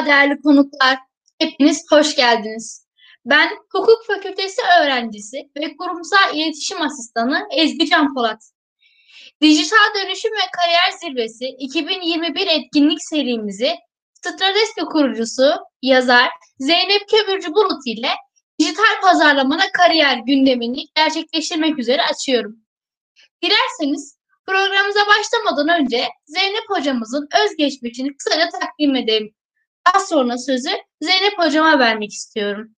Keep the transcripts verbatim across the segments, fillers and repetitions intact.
Merhaba değerli konuklar. Hepiniz hoş geldiniz. Ben Hukuk Fakültesi öğrencisi ve kurumsal iletişim asistanı Ezgi Can Polat. Dijital Dönüşüm ve Kariyer Zirvesi iki bin yirmi bir etkinlik serimizi Stradesko kurucusu, yazar Zeynep Kömürcü Bulut ile dijital pazarlamada kariyer gündemini gerçekleştirmek üzere açıyorum. Dilerseniz programımıza başlamadan önce Zeynep hocamızın özgeçmişini kısaca takdim edelim. Az sonra sözü Zeynep hocama vermek istiyorum.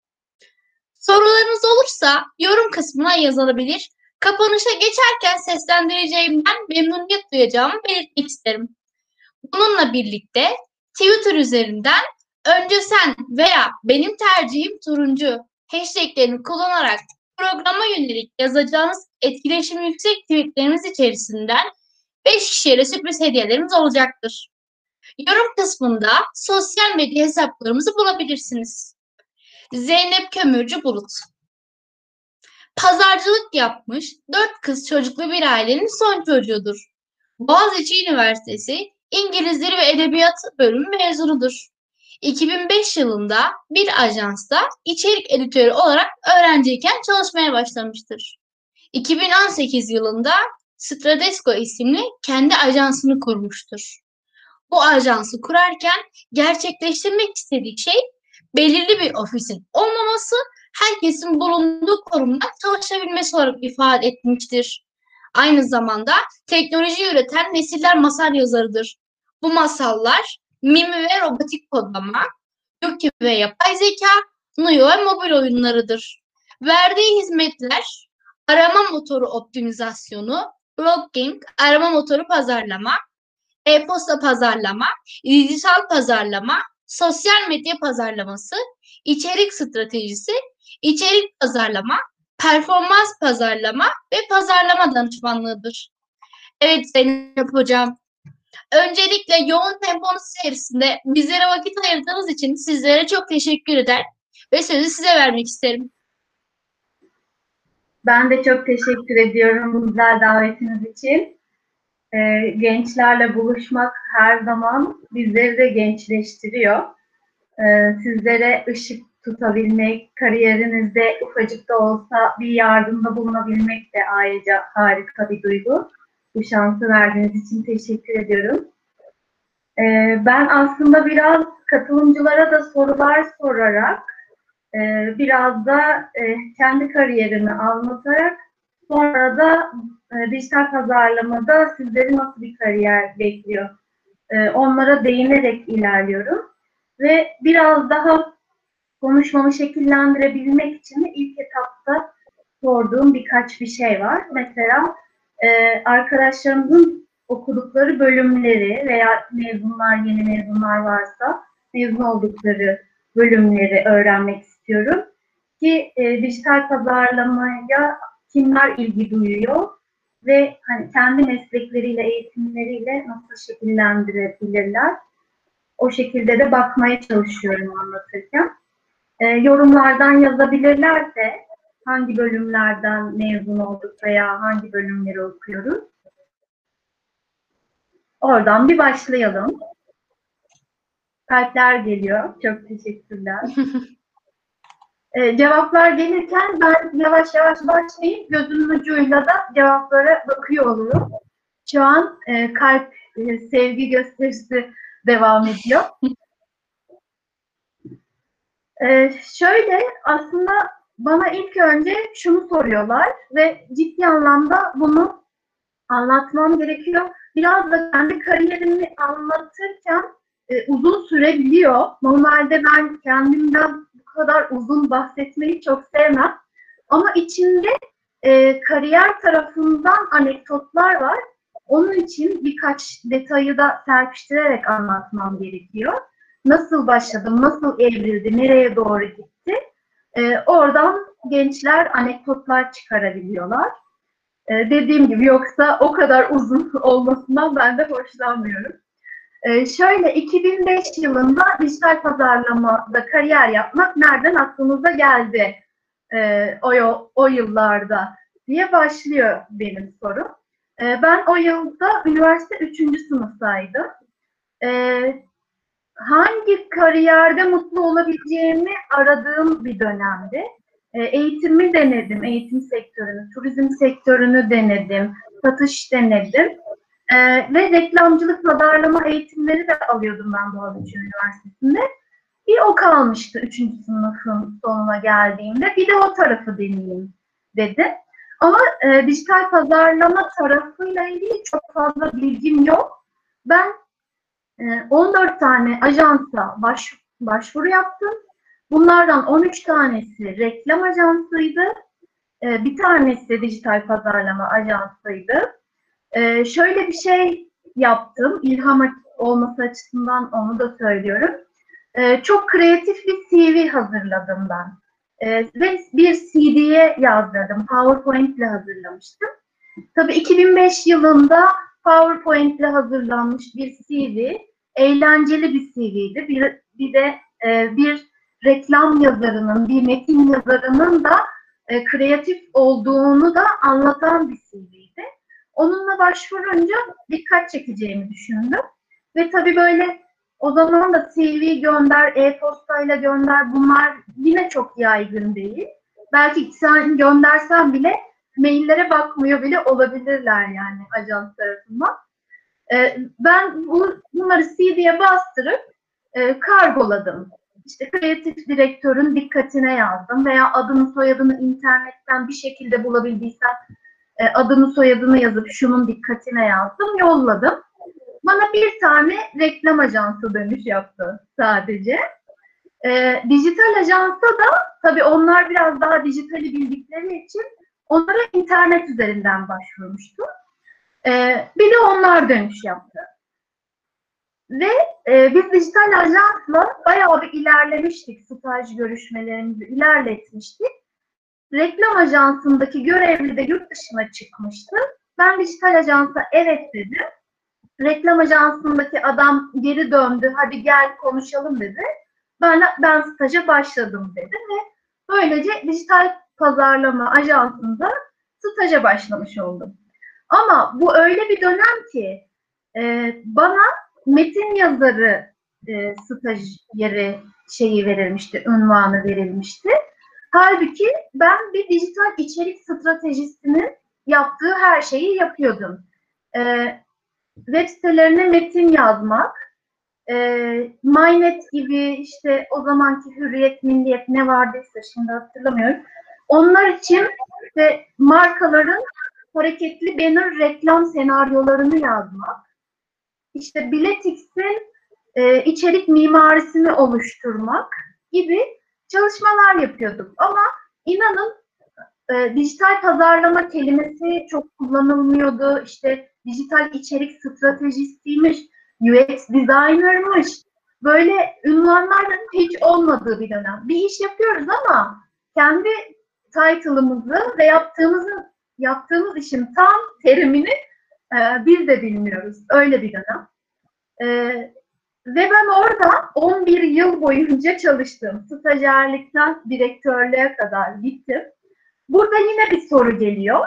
Sorularınız olursa yorum kısmına yazılabilir. Kapanışa geçerken seslendireceğimden memnuniyet duyacağımı belirtmek isterim. Bununla birlikte Twitter üzerinden önce sen veya benim tercihim turuncu hashtaglerini kullanarak programa yönelik yazacağınız etkileşim yüksek tweetlerimiz içerisinden beş kişiye sürpriz hediyelerimiz olacaktır. Yorum kısmında sosyal medya hesaplarımızı bulabilirsiniz. Zeynep Kömürcü Bulut. Pazarcılık yapmış, dört kız çocuklu bir ailenin son çocuğudur. Boğaziçi Üniversitesi İngiliz Dili ve Edebiyatı bölümü mezunudur. iki bin beş yılında bir ajansta içerik editörü olarak öğrenciyken çalışmaya başlamıştır. iki bin on sekiz yılında Stradesko isimli kendi ajansını kurmuştur. Bu ajansı kurarken gerçekleştirmek istediği şey belirli bir ofisin olmaması, herkesin bulunduğu konumda çalışabilmesi olarak ifade etmiştir. Aynı zamanda teknoloji üreten nesiller masal yazarıdır. Bu masallar mimi ve robotik kodlama, Yuki ve yapay zeka, Nuyo ve mobil oyunlarıdır. Verdiği hizmetler arama motoru optimizasyonu, blogging, arama motoru pazarlama, e-posta pazarlama, dijital pazarlama, sosyal medya pazarlaması, içerik stratejisi, içerik pazarlama, performans pazarlama ve pazarlama danışmanlığıdır. Evet Zeynep Hocam, öncelikle yoğun temponuz içerisinde bizlere vakit ayırdığınız için sizlere çok teşekkür eder ve sözü size vermek isterim. Ben de çok teşekkür ediyorum bu güzel davetiniz için. Ee, gençlerle buluşmak her zaman bizleri de gençleştiriyor. Ee, sizlere ışık tutabilmek, kariyerinizde ufacık da olsa bir yardımda bulunabilmek de ayrıca harika bir duygu. Bu şansı verdiğiniz için teşekkür ediyorum. Ee, ben aslında biraz katılımcılara da sorular sorarak, e, biraz da e, kendi kariyerimi anlatarak, sonra da e, dijital pazarlamada sizleri nasıl bir kariyer bekliyor, e, onlara değinerek ilerliyorum. Ve biraz daha konuşmamı şekillendirebilmek için de ilk etapta sorduğum birkaç bir şey var. Mesela e, arkadaşlarımızın okudukları bölümleri veya mezunlar, yeni mezunlar varsa mezun oldukları bölümleri öğrenmek istiyorum. Ki e, dijital pazarlamaya kimler ilgi duyuyor ve hani kendi meslekleriyle, eğitimleriyle nasıl şekillendirebilirler? O şekilde de bakmaya çalışıyorum anlatırken. E, yorumlardan yazabilirlerse hangi bölümlerden mezun olduk veya hangi bölümleri okuyoruz. Oradan bir başlayalım. Kalpler geliyor. Çok teşekkürler. e, cevaplar gelirken ben yavaş yavaş başlayıp gözümün ucuyla da cevaplara bakıyor olurum. Şu an e, kalp e, sevgi gösterisi devam ediyor. Ee, şöyle aslında bana ilk önce şunu soruyorlar ve ciddi anlamda bunu anlatmam gerekiyor. Biraz da kendi kariyerimi anlatırken e, uzun sürebiliyor. Normalde ben kendimden bu kadar uzun bahsetmeyi çok sevmem. Ama içinde e, kariyer tarafından anekdotlar var. Onun için birkaç detayı da serpiştirerek anlatmam gerekiyor. Nasıl başladım, nasıl evrildi, nereye doğru gitti? Ee, oradan gençler anekdotlar çıkarabiliyorlar. Ee, dediğim gibi yoksa o kadar uzun olmasından ben de hoşlanmıyorum. Ee, şöyle iki bin beş yılında dijital pazarlamada kariyer yapmak nereden aklınıza geldi ee, o, o yıllarda diye başlıyor benim sorum. Ee, ben o yılda üniversite üçüncü sınıftaydım. Ee, hangi kariyerde mutlu olabileceğimi aradığım bir dönemdi. E, eğitimi denedim, eğitim sektörünü, turizm sektörünü denedim, satış denedim. E, ve reklamcılık pazarlama eğitimleri de alıyordum ben Boğaziçi Üniversitesi'nde. Bir o kalmıştı üçüncü sınıfın sonuna geldiğimde. Bir de o tarafı deneyeyim dedim. Ama e, dijital pazarlama tarafıyla ilgili çok fazla bilgim yok. Ben e, on dört tane ajansa baş, başvuru yaptım. Bunlardan on üç tanesi reklam ajansıydı. E, bir tanesi dijital pazarlama ajansıydı. E, şöyle bir şey yaptım. İlham olması açısından onu da söylüyorum. Ee, çok kreatif bir C V hazırladım ben. Ee, ve bir C D'ye yazdırdım. PowerPoint ile hazırlamıştım. Tabii iki bin beş yılında PowerPoint ile hazırlanmış bir C V, eğlenceli bir C V'ydi. Bir, bir de e, bir reklam yazarının, bir metin yazarının da e, kreatif olduğunu da anlatan bir C V'ydi. Onunla başvurunca dikkat çekeceğimi düşündüm. Ve tabii böyle o zaman da C V gönder, e-postayla gönder, bunlar yine çok yaygın değil. Belki sen göndersen bile maillere bakmıyor bile olabilirler yani ajans tarafından. Ee, ben bu, bunları C V'ye bastırıp e, kargoladım. İşte kreatif direktörün dikkatine yazdım veya adını soyadını internetten bir şekilde bulabildiysem e, adını soyadını yazıp şunun dikkatine yazdım, yolladım. Bana bir tane reklam ajansı dönüş yaptı sadece. E, dijital ajansa da tabii onlar biraz daha dijitali bildikleri için onlara internet üzerinden başvurmuştum. E, bir de onlar dönüş yaptı. Ve e, biz dijital ajansla bayağı bir ilerlemiştik. Staj görüşmelerimizi ilerletmiştik. Reklam ajansındaki görevli de yurt dışına çıkmıştı. Ben dijital ajansa evet dedim. Reklam ajansındaki adam geri döndü. Hadi gel konuşalım dedi. Ben, ben staja başladım dedi ve böylece dijital pazarlama ajansında staja başlamış oldum. Ama bu öyle bir dönem ki e, bana metin yazarı e, staj yeri şeyi verilmişti, unvanı verilmişti. Halbuki ben bir dijital içerik stratejisinin yaptığı her şeyi yapıyordum. E, web sitelerine metin yazmak, e, MyNet gibi işte o zamanki Hürriyet, Milliyet ne vardıysa şimdi hatırlamıyorum. Onlar için işte markaların hareketli banner reklam senaryolarını yazmak, işte Biletix'in e, içerik mimarisini oluşturmak gibi çalışmalar yapıyorduk. Ama inanın e, dijital pazarlama kelimesi çok kullanılmıyordu. İşte dijital içerik stratejistiymiş, U X designer'mış. Böyle ünvanların hiç olmadığı bir dönem. Bir iş yapıyoruz ama kendi title'ımızı ve yaptığımızın yaptığımız işin tam terimini e, biz de bilmiyoruz. Öyle bir dönem. E, ve ben orada on bir yıl boyunca çalıştım. Stajyerlikten direktörlüğe kadar gittim. Burada yine bir soru geliyor.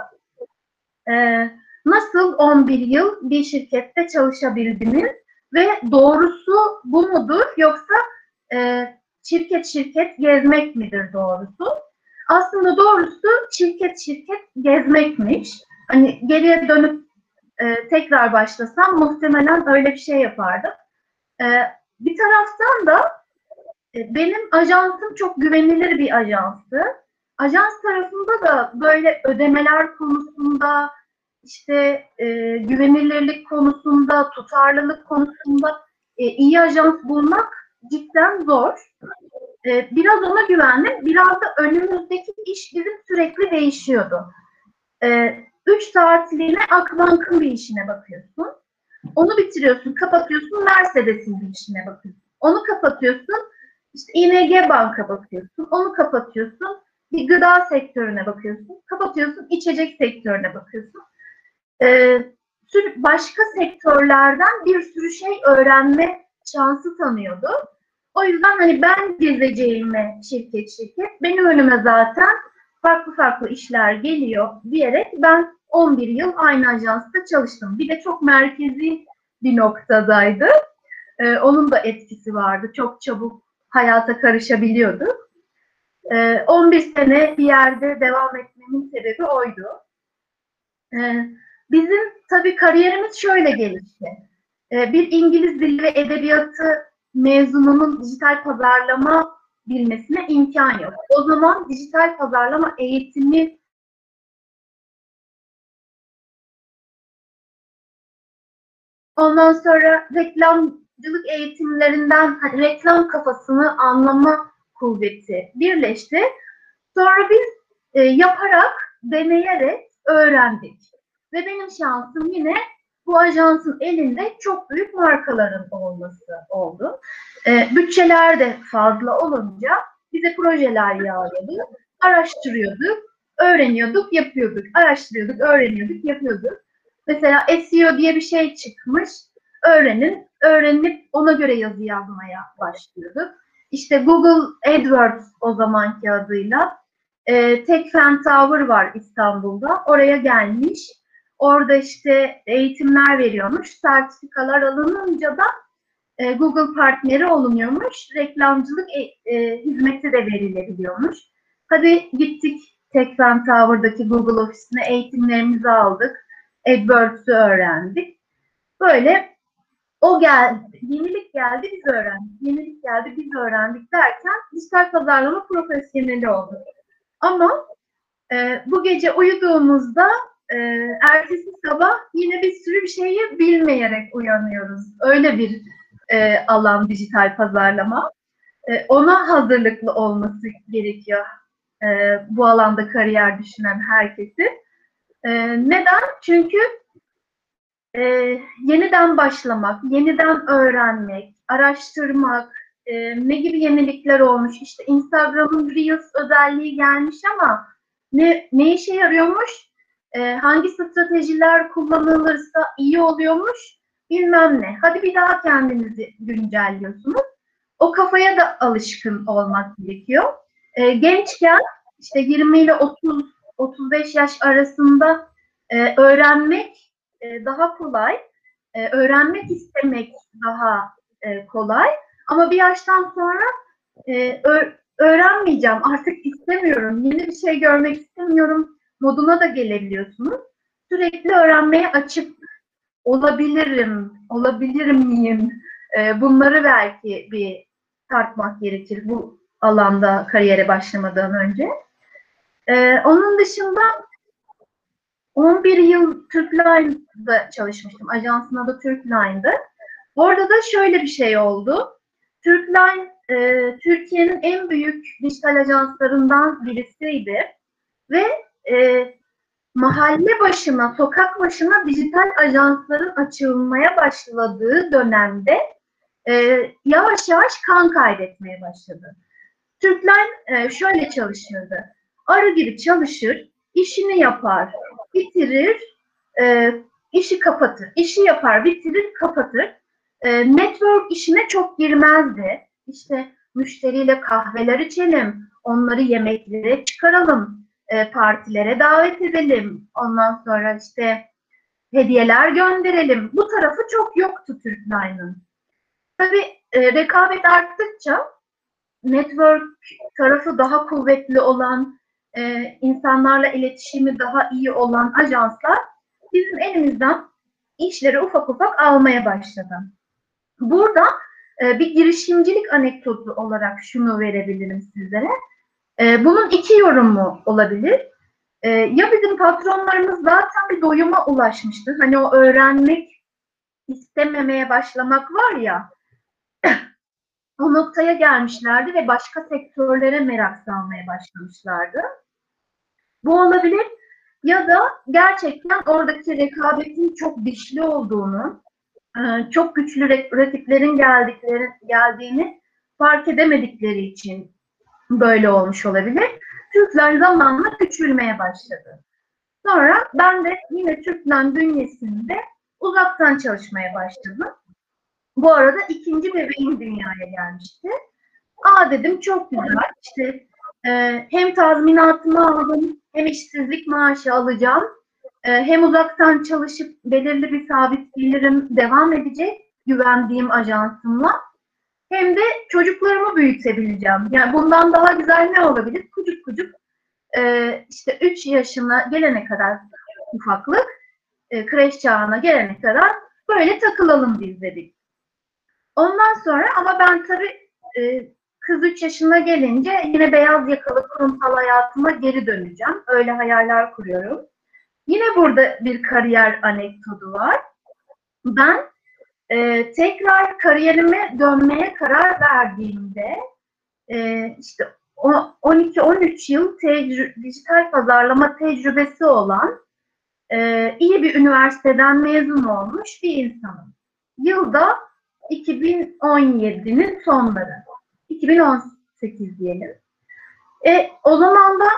Ee, nasıl on bir yıl bir şirkette çalışabildiniz ve doğrusu bu mudur yoksa e, şirket şirket gezmek midir doğrusu? Aslında doğrusu şirket şirket gezmekmiş. Hani geriye dönüp e, tekrar başlasam muhtemelen öyle bir şey yapardım. E, bir taraftan da e, benim ajansım çok güvenilir bir ajanstı. Ajans tarafında da böyle ödemeler konusunda, işte e, güvenilirlik konusunda, tutarlılık konusunda e, iyi ajans bulmak cidden zor. E, biraz ona güvendim. Biraz da önümüzdeki iş bizim sürekli değişiyordu. E, üç saatliğine Akbank'ın bir işine bakıyorsun. Onu bitiriyorsun, kapatıyorsun, Mercedes'in bir işine bakıyorsun. Onu kapatıyorsun, işte İ N G Bank'a bakıyorsun, onu kapatıyorsun, bir gıda sektörüne bakıyorsun, kapatıyorsun, içecek sektörüne bakıyorsun. Ee, başka sektörlerden bir sürü şey öğrenme şansı tanıyordu. O yüzden hani ben gezeceğime şirket şirket, benim önüme zaten farklı farklı işler geliyor diyerek ben on bir yıl aynı ajansta çalıştım. Bir de çok merkezi bir noktadaydı. E, onun da etkisi vardı. Çok çabuk hayata karışabiliyordu. E, on bir sene bir yerde devam etmemin sebebi oydu. E, bizim tabii kariyerimiz şöyle gelişti. E, bir İngiliz dili ve edebiyatı mezununun dijital pazarlama bilmesine imkan yok. O zaman dijital pazarlama eğitimi ondan sonra reklamcılık eğitimlerinden hani reklam kafasını anlama kuvveti birleşti. Sonra biz e, yaparak, deneyerek öğrendik. Ve benim şansım yine bu ajansın elinde çok büyük markaların olması oldu. E, bütçeler de fazla olunca bize projeler yağıyordu. Araştırıyorduk, öğreniyorduk, yapıyorduk. Araştırıyorduk, öğreniyorduk, yapıyorduk. Mesela S E O diye bir şey çıkmış. Öğrenin, öğrenip ona göre yazı yazmaya başlıyorduk. İşte Google AdWords o zamanki adıyla e, Tekfen Tower var İstanbul'da. Oraya gelmiş. Orada işte eğitimler veriyormuş. Sertifikalar alınınca da e, Google partneri olunuyormuş. Reklamcılık e, e, hizmeti de verilebiliyormuş. Hadi gittik Tekfen Tower'daki Google ofisine eğitimlerimizi aldık. AdWords'ü öğrendik. Böyle o geldi, yenilik geldi biz öğrendik, yenilik geldi biz öğrendik derken dijital pazarlama profesyoneli olduk. Ama e, bu gece uyuduğumuzda e, ertesi sabah yine bir sürü bir şeyi bilmeyerek uyanıyoruz. Öyle bir e, alan dijital pazarlama. E, ona hazırlıklı olması gerekiyor e, bu alanda kariyer düşünen herkesi. E, neden? Çünkü e, yeniden başlamak, yeniden öğrenmek, araştırmak, e, ne gibi yenilikler olmuş. İşte Instagram'ın Reels özelliği gelmiş ama ne, ne işe yarıyormuş, e, hangi stratejiler kullanılırsa iyi oluyormuş, bilmem ne. Hadi bir daha kendinizi güncelliyorsunuz. O kafaya da alışkın olmak gerekiyor. E, gençken işte yirmi ile otuz otuz beş yaş arasında e, öğrenmek e, daha kolay, e, öğrenmek istemek daha e, kolay. Ama bir yaştan sonra e, öğrenmeyeceğim, artık istemiyorum, yeni bir şey görmek istemiyorum moduna da gelebiliyorsunuz. Sürekli öğrenmeye açık olabilirim, olabilir miyim? E, bunları belki bir tartmak gerekir bu alanda kariyere başlamadan önce. E, onun dışında on bir yıl Türkline'da çalışmıştım. Ajansın adı Türkline'dı. Orada da şöyle bir şey oldu. Türkline, e, Türkiye'nin en büyük dijital ajanslarından birisiydi. Ve e, mahalle başına, sokak başına dijital ajansların açılmaya başladığı dönemde e, yavaş yavaş kan kaybetmeye başladı. Türkline e, şöyle çalışırdı. Arı gibi çalışır, işini yapar, bitirir, e, işi kapatır. İşi yapar, bitirir, kapatır. E, network işine çok girmezdi. İşte müşteriyle kahveler içelim, onları yemeklere çıkaralım, e, partilere davet edelim, ondan sonra işte hediyeler gönderelim. Bu tarafı çok yoktu Türkline'ın. Tabii e, rekabet arttıkça network tarafı daha kuvvetli olan, e, insanlarla iletişimi daha iyi olan ajanslar bizim elimizden işleri ufak ufak almaya başladı. Burada e, bir girişimcilik anekdotu olarak şunu verebilirim sizlere. E, bunun iki yorumu olabilir. E, ya bizim patronlarımız zaten bir doyuma ulaşmıştı. Hani o öğrenmek istememeye başlamak var ya, o noktaya gelmişlerdi ve başka sektörlere merak salmaya başlamışlardı. Bu olabilir. Ya da gerçekten oradaki rekabetin çok dişli olduğunu, çok güçlü rakiplerin geldikleri, geldiğini fark edemedikleri için böyle olmuş olabilir. Türkler zamanla küçülmeye başladı. Sonra ben de yine Türkler bünyesinde uzaktan çalışmaya başladım. Bu arada ikinci bebeğim dünyaya gelmişti. Aa dedim, çok güzel. İşte e, hem tazminatımı aldım, hem işsizlik maaşı alacağım. E, hem uzaktan çalışıp belirli bir sabit gelirim devam edecek. güvendiğim ajansımla hem de çocuklarımı büyütebileceğim. Yani bundan daha güzel ne olabilir? Kucuk kucuk e, işte üç yaşına gelene kadar ufaklık, e, kreş çağına gelene kadar böyle takılalım biz dedik. Ondan sonra ama ben tabii e, kız üç yaşına gelince yine beyaz yakalı kurumsal hayatıma geri döneceğim. Öyle hayaller kuruyorum. Yine burada bir kariyer anekdotu var. Ben e, tekrar kariyerime dönmeye karar verdiğimde e, işte on iki on üç yıl tecrü- dijital pazarlama tecrübesi olan e, iyi bir üniversiteden mezun olmuş bir insanım. Yılda iki bin on yedinin sonları. iki bin on sekiz diyelim. E, o zaman da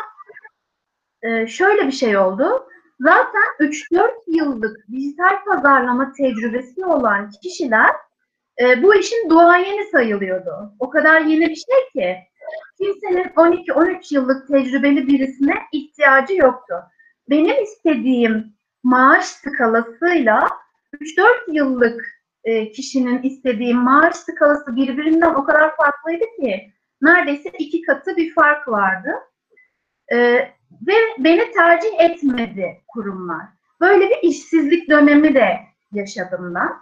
e, şöyle bir şey oldu. Zaten üç dört yıllık dijital pazarlama tecrübesi olan kişiler e, bu işin duayeni sayılıyordu. O kadar yeni bir şey ki kimsenin on iki on üç yıllık tecrübeli birisine ihtiyacı yoktu. Benim istediğim maaş skalasıyla üç dört yıllık e, kişinin istediği maaş skalası birbirinden o kadar farklıydı ki neredeyse iki katı bir fark vardı. E, ve beni tercih etmedi kurumlar. Böyle bir işsizlik dönemi de yaşadım ben.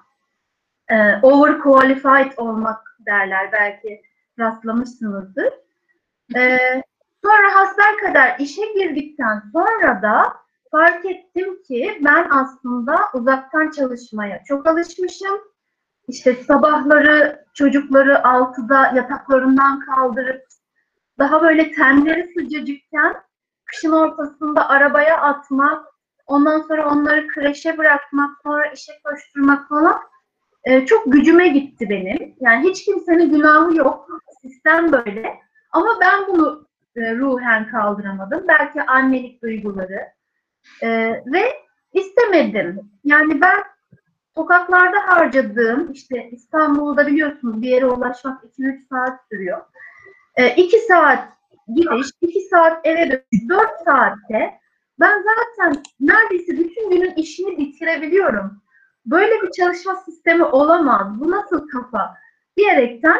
E, overqualified olmak derler, belki rastlamışsınızdır. E, sonra hasbelkader işe girdikten sonra da fark ettim ki ben aslında uzaktan çalışmaya çok alışmışım. İşte sabahları çocukları altıda yataklarından kaldırıp daha böyle tenleri sıcacıkken kışın ortasında arabaya atmak, ondan sonra onları kreşe bırakmak, sonra işe koşturmak falan e, çok gücüme gitti benim. Yani hiç kimsenin günahı yok. Sistem böyle. Ama ben bunu e, ruhen kaldıramadım. Belki annelik duyguları. E, ve istemedim. Yani ben sokaklarda harcadığım, işte İstanbul'da biliyorsunuz bir yere ulaşmak iki üç saat sürüyor. E, iki saat gidiş, iki saat eve dönüş, dört saatte ben zaten neredeyse bütün günün işini bitirebiliyorum. Böyle bir çalışma sistemi olamaz. Bu nasıl kafa? Diyerekten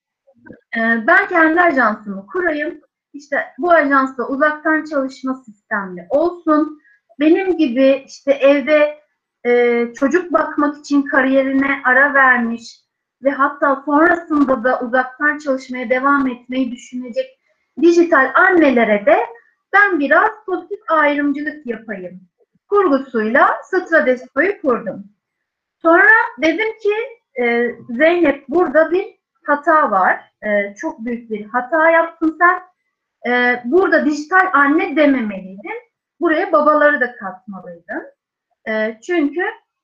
e, ben kendi ajansımı kurayım. İşte bu ajansla uzaktan çalışma sistemli olsun. Benim gibi işte evde e, çocuk bakmak için kariyerine ara vermiş ve hatta sonrasında da uzaktan çalışmaya devam etmeyi düşünecek dijital annelere de ben biraz pozitif ayrımcılık yapayım kurgusuyla Stradesco'yu kurdum. Sonra dedim ki e, Zeynep, burada bir hata var. E, çok büyük bir hata yaptın sen. E, burada dijital anne dememeliydin. Buraya babaları da katmalıydın. E, çünkü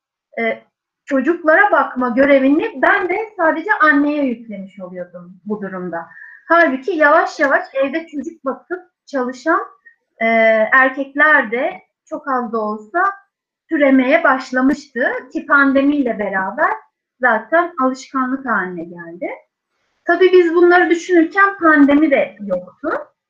e, çocuklara bakma görevini ben de sadece anneye yüklemiş oluyordum bu durumda. Halbuki yavaş yavaş evde çocuk bakıp çalışan e, erkekler de çok az da olsa türemeye başlamıştı ki pandemiyle beraber zaten alışkanlık haline geldi. Tabii biz bunları düşünürken pandemi de yoktu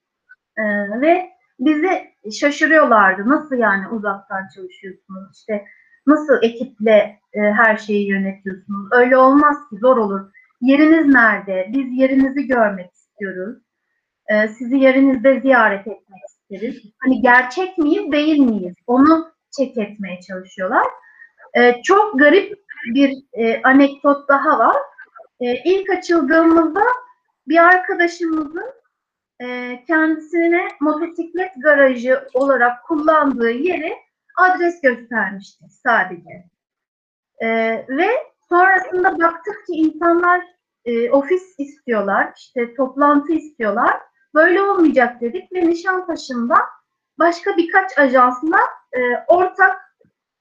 ee, ve bizi şaşırıyorlardı. Nasıl yani uzaktan çalışıyorsunuz? İşte nasıl ekiple e, her şeyi yönetiyorsunuz? Öyle olmaz ki, zor olur. Yeriniz nerede? Biz yerinizi görmek istiyoruz. Ee, sizi yerinizde ziyaret etmek isteriz. Hani gerçek miyiz, değil miyiz? Onu check etmeye çalışıyorlar. Ee, çok garip bir e, anekdot daha var. E, ilk açıldığımızda bir arkadaşımızın e, kendisine motosiklet garajı olarak kullandığı yeri adres göstermiştik sadece. E, ve sonrasında baktık ki insanlar e, ofis istiyorlar, işte toplantı istiyorlar. Böyle olmayacak dedik ve Nişantaşı'nda başka birkaç ajansla e, ortak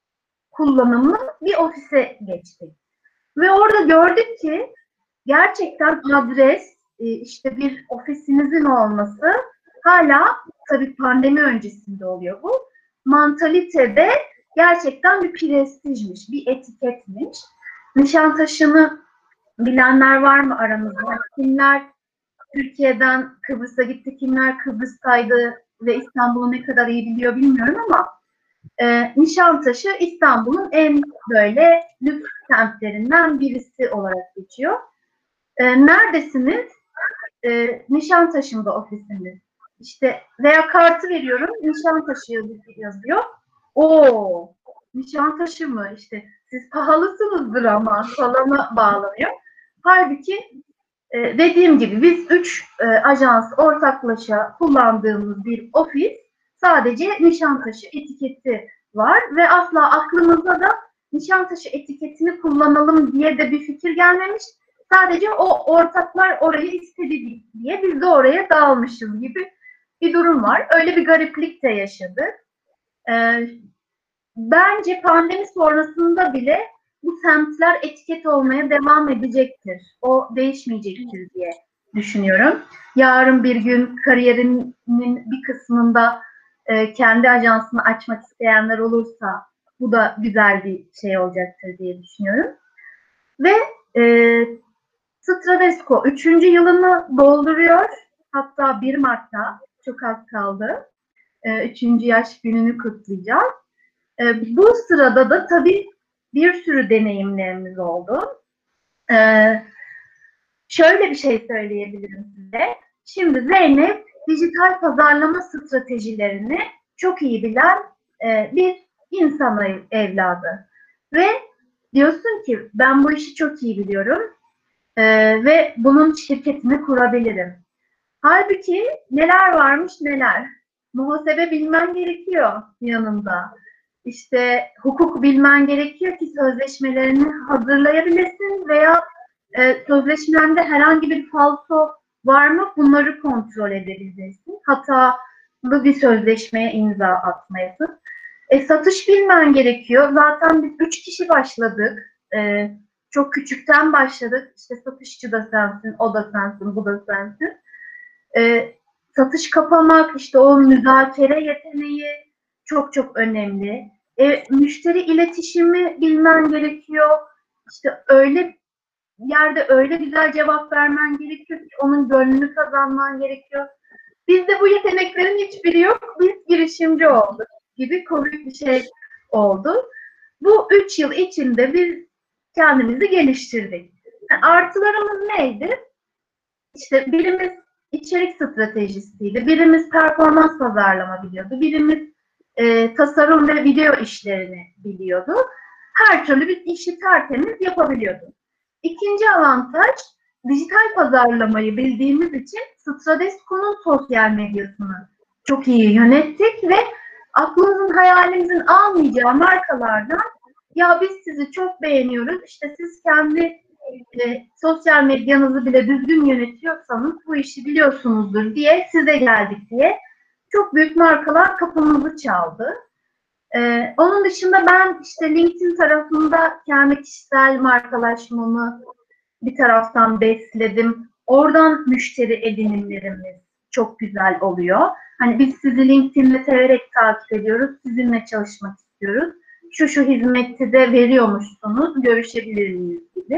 kullanımlı bir ofise geçtik. Ve orada gördük ki gerçekten adres, işte bir ofisinizin olması hala, tabii pandemi öncesinde oluyor bu, mantalitede gerçekten bir prestijmiş, bir etiketmiş. Nişantaşı'nı bilenler var mı aramızda? Kimler Türkiye'den Kıbrıs'a gitti, kimler Kıbrıs'taydı ve İstanbul'u ne kadar iyi biliyor bilmiyorum ama E, Nişantaşı İstanbul'un en böyle lüks semtlerinden birisi olarak geçiyor. E, neredesiniz? E, Nişantaşı'nda ofisimiz. İşte veya kartı veriyorum, Nişantaşı yazıyor. Oo, Nişantaşı mı? İşte siz pahalısınızdır ama falana bağlanıyor. Halbuki e, dediğim gibi biz üç e, ajans ortaklaşa kullandığımız bir ofis, sadece Nişantaşı etiketi var ve asla aklımıza da Nişantaşı etiketini kullanalım diye de bir fikir gelmemiş. Sadece o ortaklar orayı istedi diye biz de oraya dağılmışız gibi bir durum var. Öyle bir gariplik de yaşadık. Ee, Bence pandemi sonrasında bile bu semtler etiket olmaya devam edecektir. O değişmeyecektir diye düşünüyorum. Yarın bir gün kariyerinin bir kısmında e, kendi ajansını açmak isteyenler olursa bu da güzel bir şey olacaktır diye düşünüyorum. Ve e, Stradesco üçüncü yılını dolduruyor. Hatta bir Mart'ta çok az kaldı. E, üçüncü yaş gününü kutlayacağız. E, bu sırada da tabii bir sürü deneyimlerimiz oldu. E, şöyle bir şey söyleyebilirim size. Şimdi Zeynep dijital pazarlama stratejilerini çok iyi bilen e, bir insan evladı. Ve diyorsun ki ben bu işi çok iyi biliyorum e, ve bunun şirketini kurabilirim. Halbuki neler varmış neler. Muhasebe bilmen gerekiyor yanında. İşte hukuk bilmen gerekiyor ki sözleşmelerini hazırlayabilesin veya e, sözleşmende herhangi bir falso var mı bunları kontrol edebilirsin. Hatalı bir sözleşmeye imza atmayasın. E, satış bilmen gerekiyor. Zaten biz üç kişi başladık. E, çok küçükten başladık. İşte satışçı da sensin, o da sensin, bu da sensin. E, satış kapamak, işte o müzakere yeteneği çok çok önemli. E, müşteri iletişimi bilmen gerekiyor. İşte öyle yerde öyle güzel cevap vermen gerekiyor ki onun gönlünü kazanman gerekiyor. Bizde bu yeteneklerin hiçbiri yok. Biz girişimci olduk gibi komik bir şey oldu. Bu üç yıl içinde biz kendimizi geliştirdik. Yani artılarımız neydi? İşte birimiz içerik stratejisiydi, birimiz performans pazarlama biliyordu, birimiz e, tasarım ve video işlerini biliyordu. Her türlü biz işi tertemiz yapabiliyorduk. İkinci avantaj, dijital pazarlamayı bildiğimiz için Stradesco'nun sosyal medyasını çok iyi yönettik ve aklımızın hayalimizin almayacağı markalardan ya biz sizi çok beğeniyoruz, işte siz kendi e, sosyal medyanızı bile düzgün yönetiyorsanız bu işi biliyorsunuzdur diye size geldik diye çok büyük markalar kapımızı çaldı. Ee, onun dışında ben işte LinkedIn tarafında kendi kişisel markalaşmamı bir taraftan besledim. Oradan müşteri edinimlerimiz çok güzel oluyor. Hani biz sizi LinkedIn'de severek takip ediyoruz, sizinle çalışmak istiyoruz. Şu şu hizmeti de veriyormuşsunuz, görüşebilir miyiz gibi.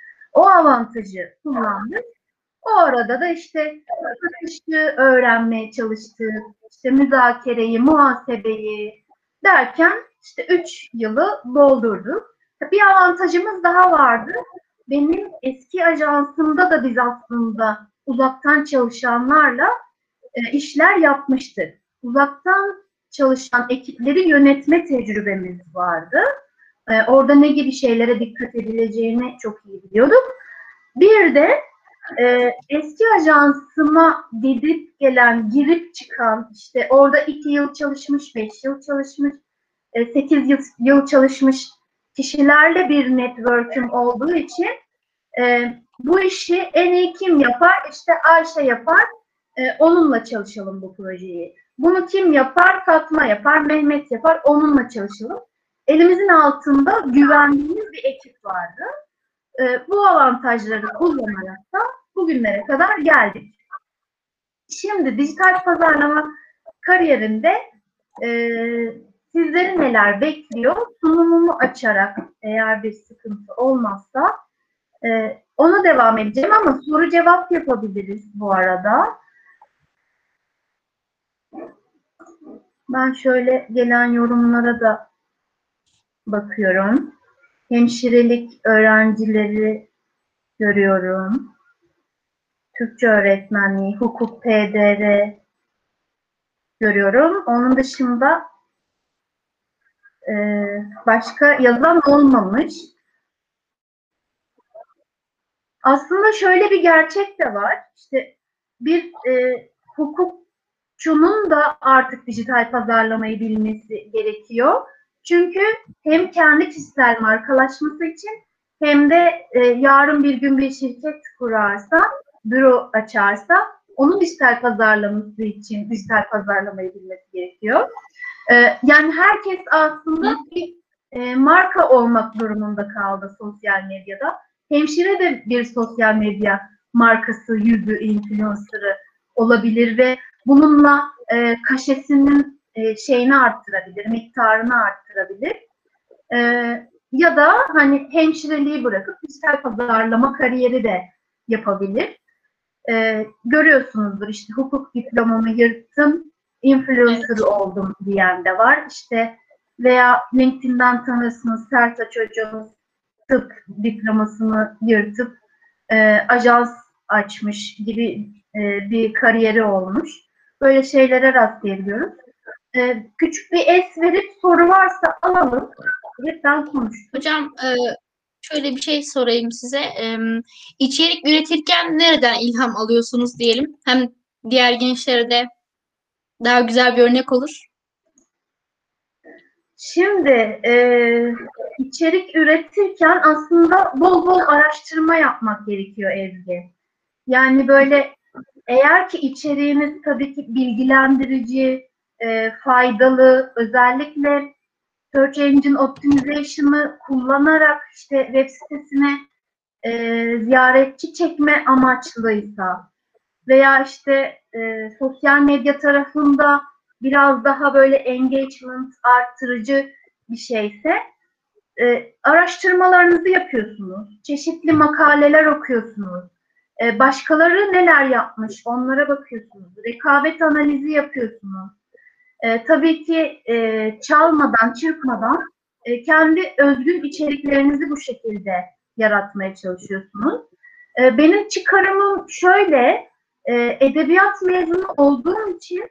O avantajı kullandık. O arada da işte satışı öğrenmeye çalıştık. İşte müzakereyi, muhasebeyi derken işte üç yılı doldurduk. Bir avantajımız daha vardı. Benim eski ajansımda da biz aslında uzaktan çalışanlarla e, işler yapmıştık. Uzaktan çalışan ekipleri yönetme tecrübemiz vardı. E, orada ne gibi şeylere dikkat edileceğini çok iyi biliyorduk. Bir de e, eski ajansıma gidip gelen, girip çıkan, işte orada iki yıl çalışmış, beş yıl çalışmış, e, sekiz yıl, yıl çalışmış kişilerle bir network'üm olduğu için e, bu işi en iyi kim yapar? İşte Ayşe yapar, e, onunla çalışalım bu projeyi. Bunu kim yapar? Fatma yapar, Mehmet yapar, onunla çalışalım. Elimizin altında güvendiğimiz bir ekip vardı. E, bu avantajları kullanarak da bugünlere kadar geldik. Şimdi dijital pazarlama kariyerinde e, sizleri neler bekliyor? Sunumumu açarak eğer bir sıkıntı olmazsa e, ona devam edeceğim ama soru cevap yapabiliriz bu arada. Ben şöyle gelen yorumlara da bakıyorum. Hemşirelik öğrencileri görüyorum. Türkçe öğretmenliği, hukuk, P D R görüyorum. Onun dışında e, başka yazan olmamış. Aslında şöyle bir gerçek de var. İşte bir e, hukukçunun da artık dijital pazarlamayı bilmesi gerekiyor. Çünkü hem kendi kişisel markalaşması için hem de e, yarın bir gün bir şirket kurarsa, büro açarsa onun dijital pazarlaması için dijital pazarlamayı bilmesi gerekiyor. E, yani herkes aslında bir e, marka olmak durumunda kaldı sosyal medyada. Hemşire de bir sosyal medya markası, yüzü, influencer'ı olabilir ve bununla e, kaşesinin e, şeyini arttırabilir, miktarını arttırabilir. E, ya da hani hemşireliği bırakıp dijital pazarlama kariyeri de yapabilir. E, görüyorsunuzdur işte hukuk diplomamı yırttım, influencer Evet. oldum diyen de var. İşte veya LinkedIn'den tanırsınız Sertaç hocamız tıp diplomasını yırtıp e, ajans açmış gibi e, bir kariyeri olmuş. Böyle şeylere rastlayabiliyoruz. E, küçük bir es verip soru varsa alalım. Hep ben konuştum. Hocam e, şöyle bir şey sorayım size. E, içerik üretirken nereden ilham alıyorsunuz diyelim? Hem diğer gençlere de daha güzel bir örnek olur. Şimdi e, içerik üretirken aslında bol bol araştırma yapmak gerekiyor Ezgi. Yani böyle eğer ki içeriğiniz tabii ki bilgilendirici, e, faydalı, özellikle Search Engine Optimization'ı kullanarak işte web sitesine e, ziyaretçi çekme amaçlıysa veya işte e, sosyal medya tarafında biraz daha böyle engagement arttırıcı bir şeyse e, araştırmalarınızı yapıyorsunuz. Çeşitli makaleler okuyorsunuz. E, başkaları neler yapmış onlara bakıyorsunuz. Rekabet analizi yapıyorsunuz. E, tabii ki e, çalmadan, çırpmadan e, kendi özgün içeriklerinizi bu şekilde yaratmaya çalışıyorsunuz. E, benim çıkarımım şöyle, e, edebiyat mezunu olduğum için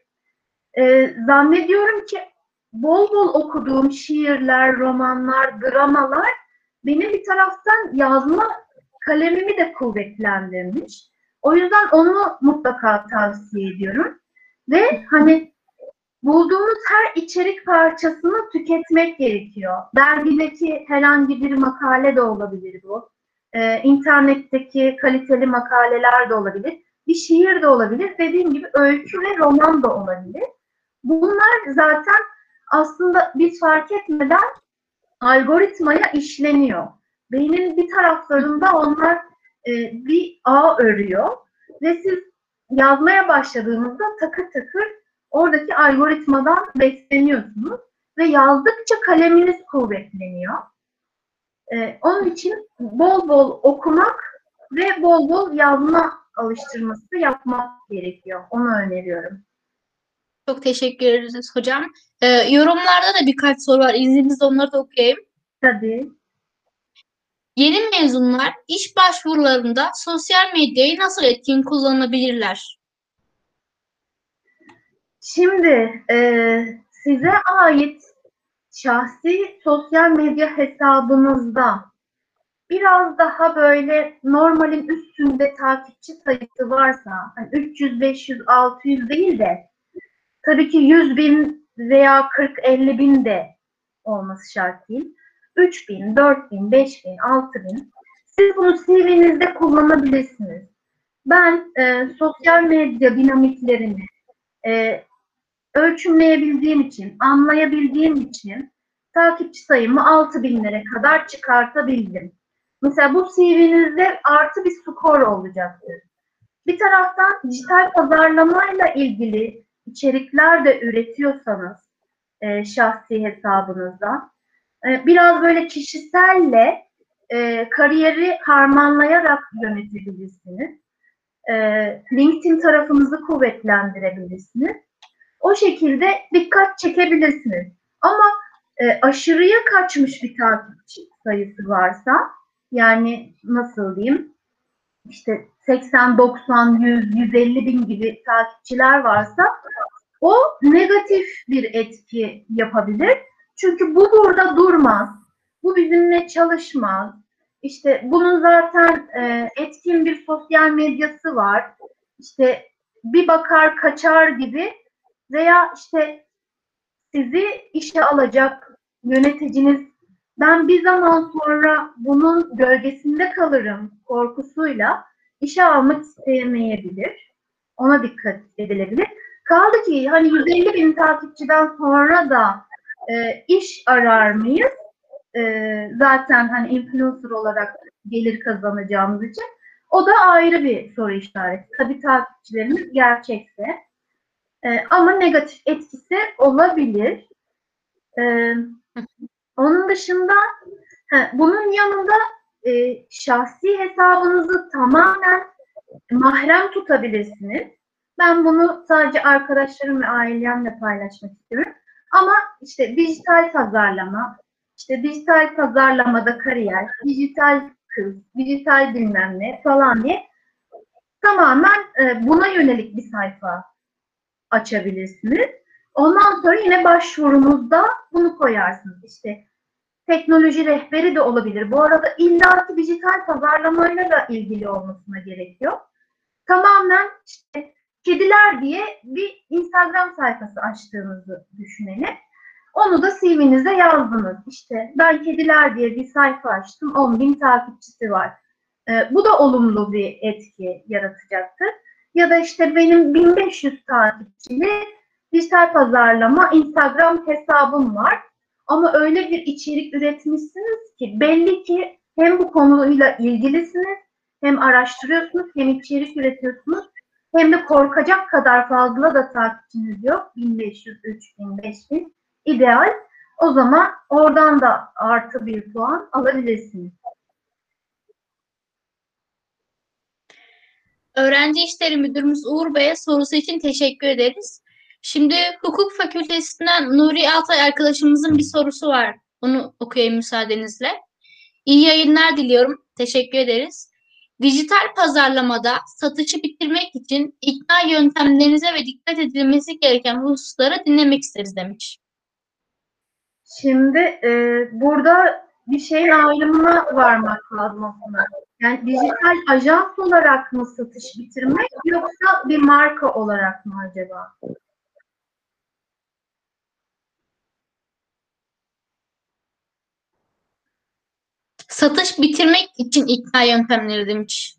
e, zannediyorum ki bol bol okuduğum şiirler, romanlar, dramalar beni bir taraftan yazma kalemimi de kuvvetlendirmiş. O yüzden onu mutlaka tavsiye ediyorum. Ve hani bulduğumuz her içerik parçasını tüketmek gerekiyor. Dergideki herhangi bir makale de olabilir bu. Ee, internetteki kaliteli makaleler de olabilir. Bir şiir de olabilir. Dediğim gibi öykü ve roman da olabilir. Bunlar zaten aslında biz fark etmeden algoritmaya işleniyor. Beynin bir taraflarında onlar e, bir ağ örüyor ve siz yazmaya başladığınızda takır takır oradaki algoritmadan besleniyorsunuz ve yazdıkça kaleminiz kuvvetleniyor. E, onun için bol bol okumak ve bol bol yazma alıştırması yapmak gerekiyor. Onu öneriyorum. Çok teşekkür ederiz hocam. E, yorumlarda da birkaç soru var. İzninizle onları da okuyayım. Tabii. Yeni mezunlar iş başvurularında sosyal medyayı nasıl etkin kullanabilirler? Şimdi e, size ait şahsi sosyal medya hesabınızda biraz daha böyle normalin üstünde takipçi sayısı varsa, hani üç yüz, beş yüz, altı yüz değil de tabii ki yüz bin veya kırk elli bin de olması şart değil. üç bin, dört bin, beş bin, altı bin. Siz bunu C V'nizde kullanabilirsiniz. Ben e, sosyal medya dinamiklerini e, ölçümleyebildiğim için, anlayabildiğim için takipçi sayımı altı binlere kadar çıkartabildim. Mesela bu C V'nizde artı bir skor olacaktır. Bir taraftan dijital pazarlamayla ilgili içerikler de üretiyorsanız e, şahsi hesabınızda e, biraz böyle kişiselle e, kariyeri harmanlayarak yönetebilirsiniz. E, LinkedIn tarafınızı kuvvetlendirebilirsiniz. O şekilde dikkat çekebilirsiniz. Ama e, aşırıya kaçmış bir takipçi sayısı varsa, yani nasıl diyeyim, işte seksen, doksan, yüz, yüz elli bin gibi takipçiler varsa o negatif bir etki yapabilir. Çünkü bu burada durmaz. Bu bizimle çalışmaz. İşte bunun zaten e, etkin bir sosyal medyası var. İşte bir bakar kaçar gibi, veya işte sizi işe alacak yöneticiniz, ben bir zaman sonra bunun gölgesinde kalırım korkusuyla işe almak istemeyebilir. Ona dikkat edilebilir. Kaldı ki hani yüz elli bin takipçiden sonra da e, iş arar mıyız? E, zaten hani influencer olarak gelir kazanacağımız için. O da ayrı bir soru işareti. Tabii takipçilerimiz gerçekse. E, ama negatif etkisi olabilir. E, Onun dışında he, bunun yanında e, şahsi hesabınızı tamamen mahrem tutabilirsiniz. Ben bunu sadece arkadaşlarım ve ailemle paylaşmak istiyorum. Ama işte dijital pazarlama, işte dijital pazarlamada kariyer, dijital kız, dijital bilmem ne falan diye tamamen e, buna yönelik bir sayfa açabilirsiniz. Ondan sonra yine başvurunuzda bunu koyarsınız. İşte teknoloji rehberi de olabilir. Bu arada illaki dijital pazarlamayla da ilgili olmasına gerekiyor. Tamamen işte kediler diye bir Instagram sayfası açtığınızı düşünelim. Onu da C V'nize yazdınız. İşte ben kediler diye bir sayfa açtım, on bin takipçisi var. Ee, bu da olumlu bir etki yaratacaktır. Ya da işte benim bin beş yüz takipçili dijital pazarlama Instagram hesabım var. Ama öyle bir içerik üretmişsiniz ki belli ki hem bu konuyla ilgilisiniz, hem araştırıyorsunuz, hem içerik üretiyorsunuz, hem de korkacak kadar fazla da takipçiniz yok. bin beş yüz, üç bin, beş bin ideal. O zaman oradan da artı bir puan alabilirsiniz. Öğrenci İşleri Müdürümüz Uğur Bey'e sorusu için teşekkür ederiz. Şimdi Hukuk Fakültesinden Nuri Altay arkadaşımızın bir sorusu var. Onu okuyayım müsaadenizle. İyi yayınlar diliyorum. Teşekkür ederiz. Dijital pazarlamada satışı bitirmek için ikna yöntemlerinize ve dikkat edilmesi gereken hususları dinlemek isteriz demiş. Şimdi e, burada bir şeyin ayrımına varmak lazım aslında. Yani dijital ajans olarak mı satış bitirmek, yoksa bir marka olarak mı acaba? Satış bitirmek için ikna yöntemleri demiş.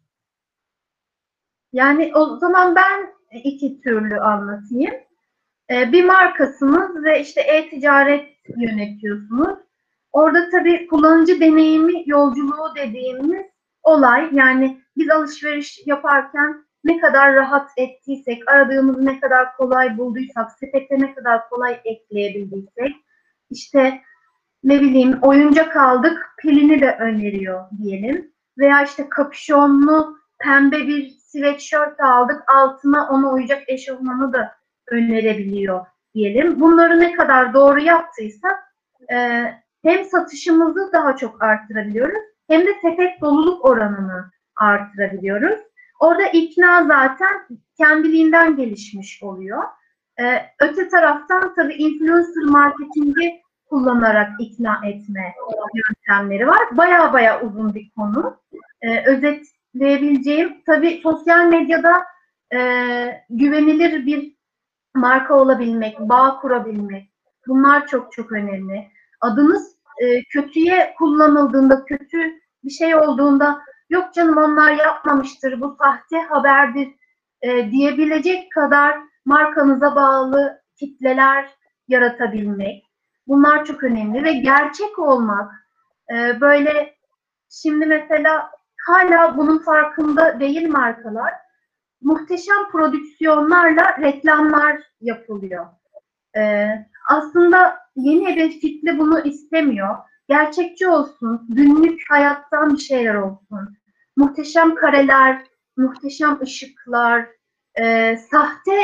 Yani o zaman ben iki türlü anlatayım. E, bir markasınız ve işte e-ticaret yönetiyorsunuz. Orada tabii kullanıcı deneyimi yolculuğu dediğimiz olay, yani biz alışveriş yaparken ne kadar rahat ettiysek, aradığımızı ne kadar kolay bulduysak, sepete ne kadar kolay ekleyebildiysek, işte ne bileyim oyuncak aldık, pilini de öneriyor diyelim. Veya işte kapüşonlu pembe bir sweatshirt aldık, altına ona uyacak eşofmanı da önerebiliyor diyelim. Bunları ne kadar doğru yaptıysak e, hem satışımızı daha çok arttırabiliyoruz, hem de sepet doluluk oranını arttırabiliyoruz. Orada ikna zaten kendiliğinden gelişmiş oluyor. E, öte taraftan tabii influencer marketingi kullanarak ikna etme yöntemleri var. Baya baya uzun bir konu. Ee, özetleyebileceğim, tabii sosyal medyada e, güvenilir bir marka olabilmek, bağ kurabilmek, bunlar çok çok önemli. Adınız e, kötüye kullanıldığında, kötü bir şey olduğunda, yok canım onlar yapmamıştır, bu sahte haberdir e, diyebilecek kadar markanıza bağlı kitleler yaratabilmek. Bunlar çok önemli ve gerçek olmak. E, böyle şimdi mesela hala bunun farkında değil markalar. Muhteşem prodüksiyonlarla reklamlar yapılıyor. Ee, aslında yeni hedef kitle bunu istemiyor. Gerçekçi olsun, günlük hayattan bir şeyler olsun. Muhteşem kareler, muhteşem ışıklar, e, sahte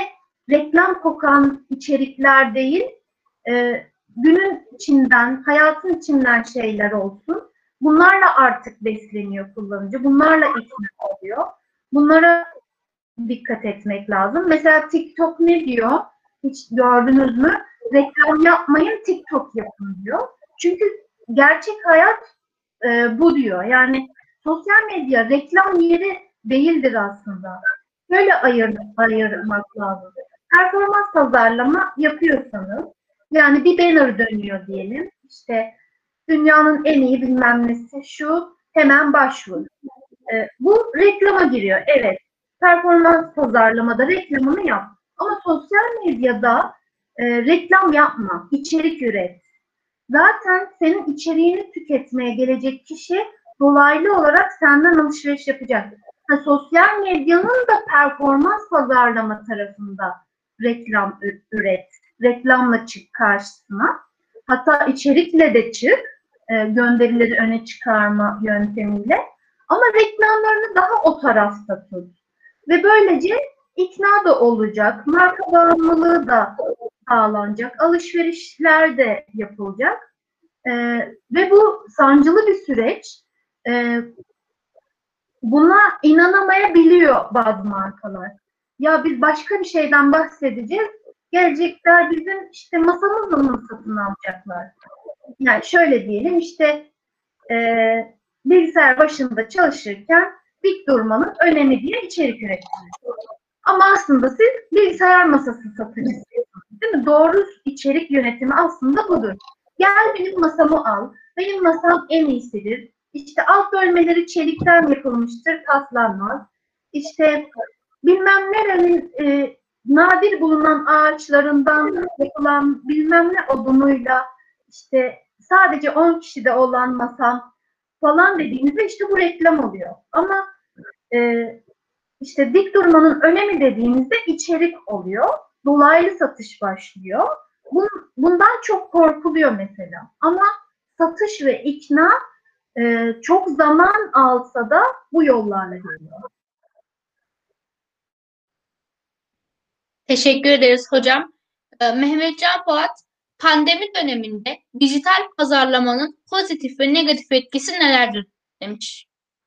reklam kokan içerikler değil, e, günün içinden, hayatın içinden şeyler olsun. Bunlarla artık besleniyor kullanıcı. Bunlarla ikna oluyor. Bunlara dikkat etmek lazım. Mesela TikTok ne diyor? Hiç gördünüz mü? Reklam yapmayın, TikTok yapın diyor. Çünkü gerçek hayat e, bu diyor. Yani sosyal medya reklam yeri değildir aslında. Böyle ayır, ayırmak lazım. Performans pazarlama yapıyorsanız, yani bir banner dönüyor diyelim. İşte dünyanın en iyi bilmem nesi şu, hemen başvur. E, bu reklama giriyor. Evet. Performans pazarlamada reklamını yap. Ama sosyal medyada e, reklam yapma. İçerik üret. Zaten senin içeriğini tüketmeye gelecek kişi dolaylı olarak senden alışveriş yapacak. Ha, sosyal medyanın da performans pazarlama tarafında reklam üret. Reklamla çık karşısına. Hatta içerikle de çık. E, gönderileri öne çıkarma yöntemiyle. Ama reklamlarını daha o tarafta tut. Ve böylece ikna da olacak, marka bağımlılığı da sağlanacak, alışverişler de yapılacak. Ee, ve bu sancılı bir süreç. Ee, buna inanamayabiliyor bazı markalar. Ya biz başka bir şeyden bahsedeceğiz, gelecekler bizim işte masamızla mı satın alacaklar? Yani şöyle diyelim, işte e, bilgisayar başında çalışırken dik durmanın önemi diye içerik ürettiniz. Ama aslında siz bilgisayar masası satıcısınız, değil mi? Doğru içerik yönetimi aslında budur. Gel benim masamı al. Benim masam en iyisidir. İşte alt bölmeleri çelikten yapılmıştır, paslanmaz. İşte bilmem nerenin e, nadir bulunan ağaçlarından yapılan bilmem ne odunuyla işte sadece on kişide olan masam falan dediğimizde işte bu reklam oluyor. Ama e, işte dik durmanın önemi dediğimizde içerik oluyor. Dolaylı satış başlıyor. Bundan çok korkuluyor mesela. Ama satış ve ikna e, çok zaman alsa da bu yollarla geliyor. Teşekkür ederiz hocam. Ee, Mehmet Can Polat, pandemi döneminde dijital pazarlamanın pozitif ve negatif etkisi nelerdir demiş.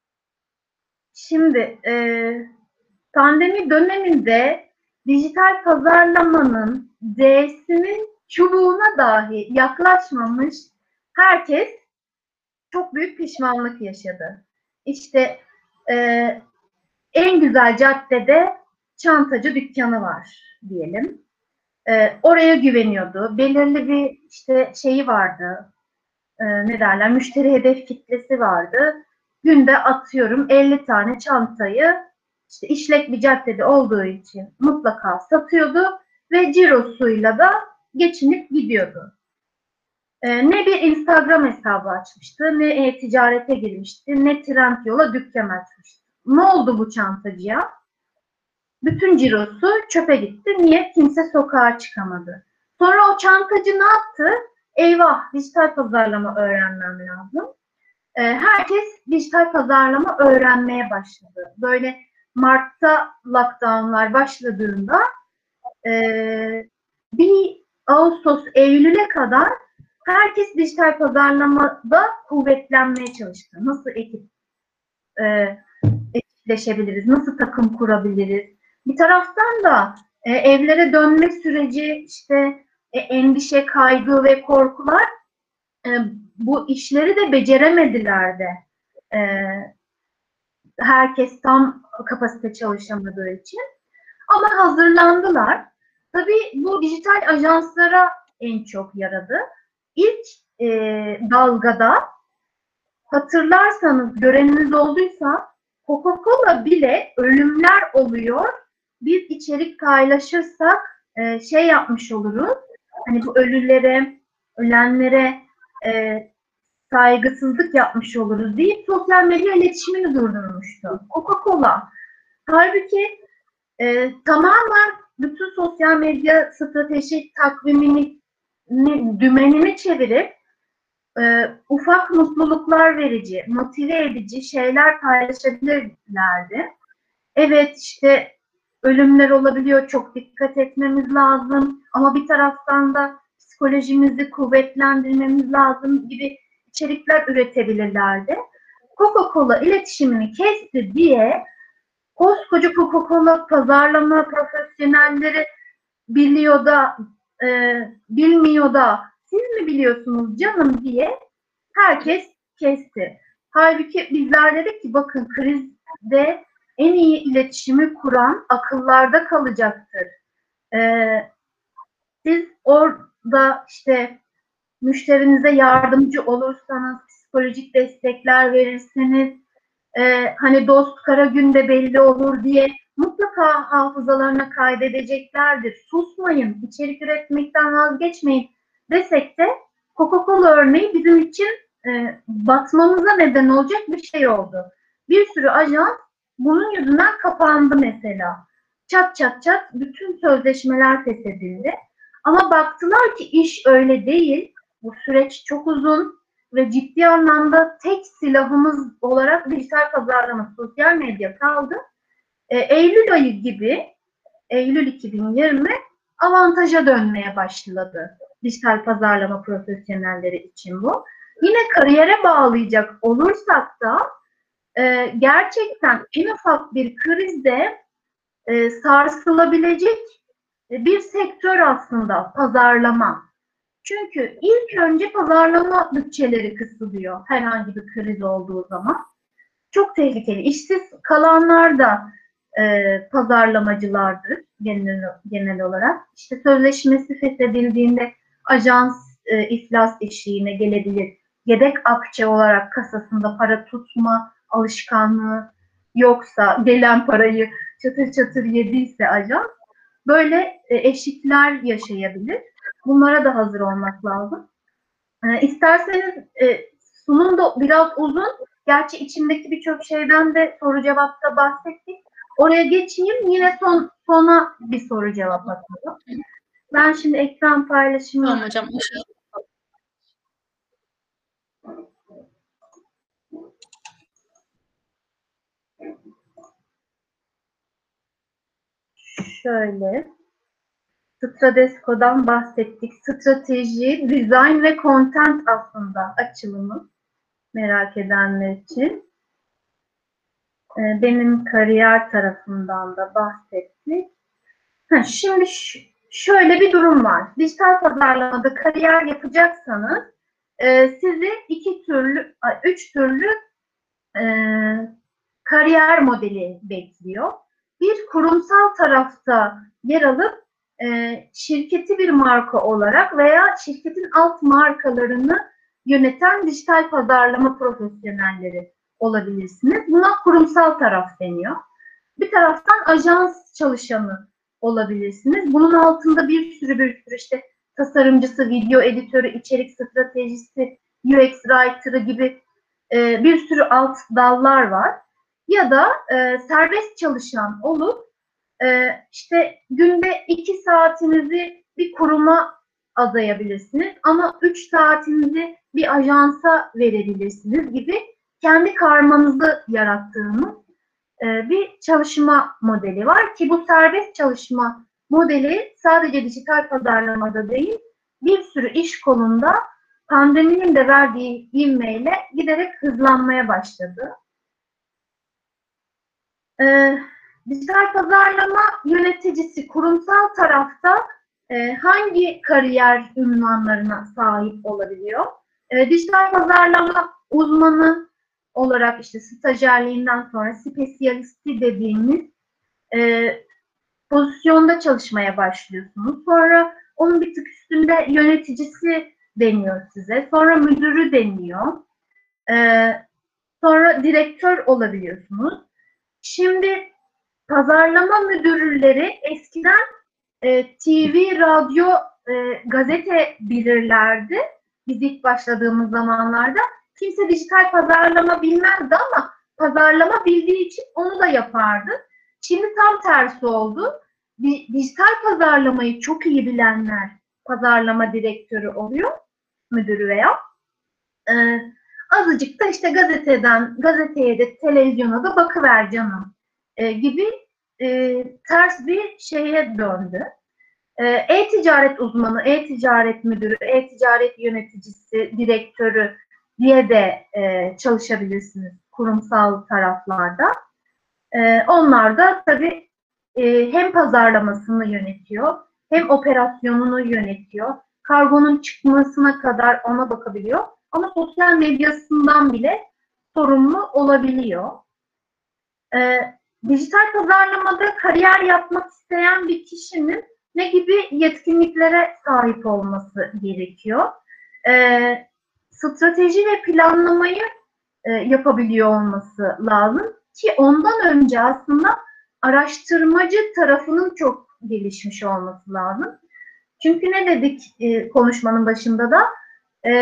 Şimdi e, pandemi döneminde dijital pazarlamanın D'sinin çubuğuna dahi yaklaşmamış herkes çok büyük pişmanlık yaşadı. İşte e, en güzel caddede çantacı dükkanı var diyelim. E, oraya güveniyordu. Belirli bir işte şeyi vardı. E, ne derler? Müşteri hedef kitlesi vardı. Günde atıyorum elli tane çantayı işte işlek bir caddede olduğu için mutlaka satıyordu ve cirosuyla da geçinip gidiyordu. Ee, ne bir Instagram hesabı açmıştı, ne e-ticarete girmişti, ne Trendyol'a dükkan açmıştı. Ne oldu bu çantacıya? Bütün cirosu çöpe gitti. Niye? Kimse sokağa çıkamadı. Sonra o çantacı ne yaptı? Eyvah, dijital pazarlama öğrenmem lazım. Ee, herkes dijital pazarlama öğrenmeye başladı. Böyle Mart'ta lockdownlar başladığında e, bir Ağustos, Eylül'e kadar herkes dijital pazarlamada kuvvetlenmeye çalıştı. Nasıl ekip e, etkileşebiliriz, nasıl takım kurabiliriz? Bir taraftan da e, evlere dönme süreci, işte e, endişe, kaygı ve korkular e, bu işleri de beceremediler de. E, herkes tam kapasite çalışamadığı için. Ama hazırlandılar. Tabii bu dijital ajanslara en çok yaradı. İlk e, dalgada hatırlarsanız, göreniniz olduysa Coca-Cola bile ölümler oluyor. Biz içerik paylaşırsak e, şey yapmış oluruz. Hani bu ölülere, ölenlere e, saygısızlık yapmış oluruz deyip sosyal medya iletişimini durdurmuştu. Coca-Cola. Halbuki e, tamamen bütün sosyal medya strateji takvimini dümenini çevirip e, ufak mutluluklar verici, motive edici şeyler paylaşabilirlerdi. Evet, işte ölümler olabiliyor. Çok dikkat etmemiz lazım. Ama bir taraftan da psikolojimizi kuvvetlendirmemiz lazım gibi içerikler üretebilirlerdi. Coca-Cola iletişimini kesti diye koskoca Coca-Cola pazarlama profesyonelleri biliyor da e, bilmiyor da siz mi biliyorsunuz canım diye herkes kesti. Halbuki bizler dedik ki bakın krizde en iyi iletişimi kuran akıllarda kalacaktır. Ee, siz orada işte müşterinize yardımcı olursanız, psikolojik destekler verirseniz, e, hani dost kara günde belli olur diye mutlaka hafızalarına kaydedeceklerdir. Susmayın, içerik üretmekten vazgeçmeyin desek de Coca-Cola örneği bizim için e, batmamıza neden olacak bir şey oldu. Bir sürü ajans bunun yüzünden kapandı mesela. Çat çat çat bütün sözleşmeler feshedildi. Ama baktılar ki iş öyle değil. Bu süreç çok uzun ve ciddi anlamda tek silahımız olarak dijital pazarlama, sosyal medya kaldı. E, Eylül ayı gibi, Eylül iki bin yirmi avantaja dönmeye başladı dijital pazarlama profesyonelleri için bu. Yine kariyere bağlayacak olursak da e, gerçekten en ufak bir krizde e, sarsılabilecek bir sektör aslında pazarlama. Çünkü ilk önce pazarlama bütçeleri kısılıyor herhangi bir kriz olduğu zaman. Çok tehlikeli. İşsiz kalanlar da e, pazarlamacılardır genel, genel olarak. İşte sözleşmesi feshedildiğinde ajans e, iflas eşiğine gelebilir. Yedek akçe olarak kasasında para tutma alışkanlığı yoksa, gelen parayı çatır çatır yediyse ajans, böyle e, eşikler yaşayabilir. Bunlara da hazır olmak lazım. E, isterseniz e, sunum da biraz uzun. Gerçi içimdeki birçok şeyden de soru cevapta bahsettik. Oraya geçeyim. Yine son sona bir soru cevap atalım. Ben şimdi ekran paylaşımı... Tamam hocam. Şöyle. Stradesco'dan bahsettik. Strateji, dizayn ve content aslında açılımı merak edenler için. Benim kariyer tarafından da bahsettik. Ha, şimdi şöyle bir durum var. Dijital pazarlamada kariyer yapacaksanız e, sizi iki türlü, üç türlü e, kariyer modeli bekliyor. Bir, kurumsal tarafta yer alıp e, şirketi bir marka olarak veya şirketin alt markalarını yöneten dijital pazarlama profesyonelleri olabilirsiniz. Buna kurumsal taraf deniyor. Bir taraftan ajans çalışanı olabilirsiniz. Bunun altında bir sürü bir sürü işte tasarımcısı, video editörü, içerik stratejisi, U X writer'ı gibi e, bir sürü alt dallar var. Ya da e, serbest çalışan olup e, işte günde iki saatinizi bir kuruma adayabilirsiniz ama üç saatinizi bir ajansa verebilirsiniz gibi kendi karmanızı yarattığınız e, bir çalışma modeli var ki bu serbest çalışma modeli sadece dijital pazarlamada değil, bir sürü iş kolunda pandeminin de verdiği ivmeyle giderek hızlanmaya başladı. E, dijital pazarlama yöneticisi kurumsal tarafta e, hangi kariyer ünvanlarına sahip olabiliyor? E, dijital pazarlama uzmanı olarak işte stajyerliğinden sonra spesiyalisti dediğimiz e, pozisyonda çalışmaya başlıyorsunuz. Sonra onun bir tık üstünde yöneticisi deniyor size. Sonra müdürü deniyor. E, sonra direktör olabiliyorsunuz. Şimdi pazarlama müdürleri eskiden e, T V, radyo, e, gazete bilirlerdi. Biz ilk başladığımız zamanlarda. Kimse dijital pazarlama bilmezdi ama pazarlama bildiği için onu da yapardı. Şimdi tam tersi oldu. Dijital pazarlamayı çok iyi bilenler pazarlama direktörü oluyor, müdürü veya. Ee, azıcık da işte gazeteden, gazeteye de televizyona da bakıver canım e, gibi e, ters bir şeye döndü. E, E-ticaret uzmanı, e-ticaret müdürü, e-ticaret yöneticisi, direktörü diye de e, çalışabilirsiniz kurumsal taraflarda. E, onlar da tabii e, hem pazarlamasını yönetiyor, hem operasyonunu yönetiyor. Kargonun çıkmasına kadar ona bakabiliyor. Ama sosyal medyasından bile sorumlu olabiliyor. E, dijital pazarlamada kariyer yapmak isteyen bir kişinin ne gibi yetkinliklere sahip olması gerekiyor? E, strateji ve planlamayı e, yapabiliyor olması lazım ki ondan önce aslında araştırmacı tarafının çok gelişmiş olması lazım. Çünkü ne dedik e, konuşmanın başında da e,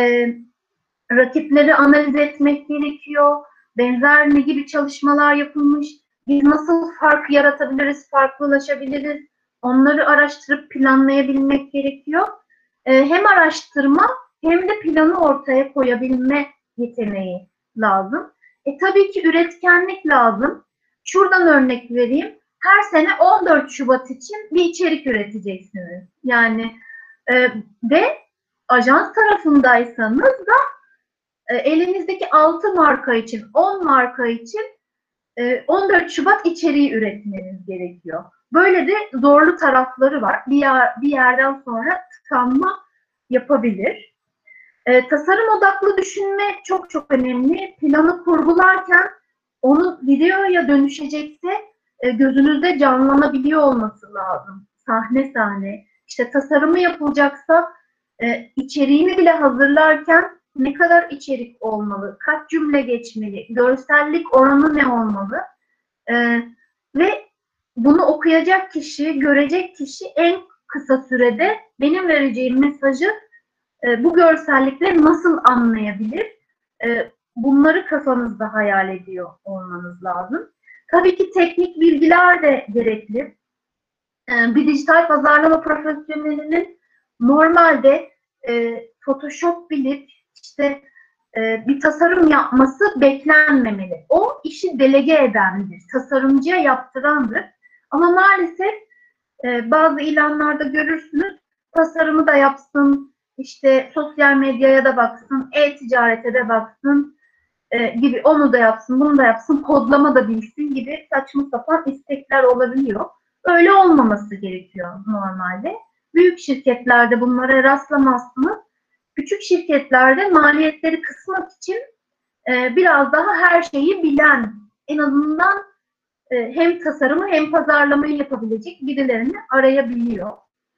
rakipleri analiz etmek gerekiyor. Benzer ne gibi çalışmalar yapılmış, biz nasıl fark yaratabiliriz, farklılaşabiliriz, onları araştırıp planlayabilmek gerekiyor. E, hem araştırma hem de planı ortaya koyabilme yeteneği lazım. E, tabii ki üretkenlik lazım. Şuradan örnek vereyim. Her sene on dört Şubat için bir içerik üreteceksiniz. Yani e, ve ajans tarafındaysanız da e, elinizdeki altı marka için, on marka için e, on dört Şubat içeriği üretmeniz gerekiyor. Böyle de zorlu tarafları var. Bir, yer, bir yerden sonra tıkanma yapabilir. E, tasarım odaklı düşünme çok çok önemli. Planı kurgularken onu videoya dönüşecekse e, gözünüzde canlanabiliyor olması lazım. Sahne sahne. İşte tasarımı yapılacaksa e, içeriğini bile hazırlarken ne kadar içerik olmalı, kaç cümle geçmeli, görsellik oranı ne olmalı e, ve bunu okuyacak kişi, görecek kişi en kısa sürede benim vereceğim mesajı e, bu görsellikle nasıl anlayabilir? E, bunları kafanızda hayal ediyor olmanız lazım. Tabii ki teknik bilgiler de gerekli. E, bir dijital pazarlama profesyonelinin normalde e, Photoshop bilip işte e, bir tasarım yapması beklenmemeli. O işi delege edendir, tasarımcıya yaptırandır. Ama maalesef e, bazı ilanlarda görürsünüz, tasarımı da yapsın, işte sosyal medyaya da baksın, e-ticarete de baksın e, gibi, onu da yapsın, bunu da yapsın, kodlama da bilsin gibi saçma sapan istekler olabiliyor. Öyle olmaması gerekiyor normalde. Büyük şirketlerde bunlara rastlamazsınız. Küçük şirketlerde maliyetleri kısmak için e, biraz daha her şeyi bilen, en azından e, hem tasarımı hem pazarlamayı yapabilecek birilerini arayabiliyor.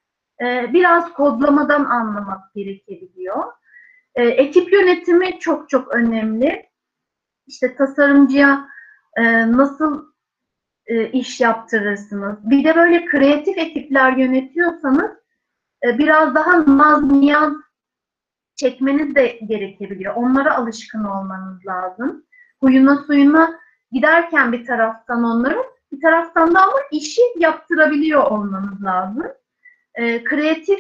E, biraz kodlamadan anlamak gerekebiliyor. E, ekip yönetimi çok çok önemli. İşte tasarımcıya e, nasıl e, iş yaptırırsınız? Bir de böyle kreatif ekipler yönetiyorsanız e, biraz daha naz niyaz çekmeniz de gerekebiliyor. Onlara alışkın olmanız lazım. Huyuna suyuna giderken bir taraftan onları, bir taraftan da ama işi yaptırabiliyor olmanız lazım. E, kreatif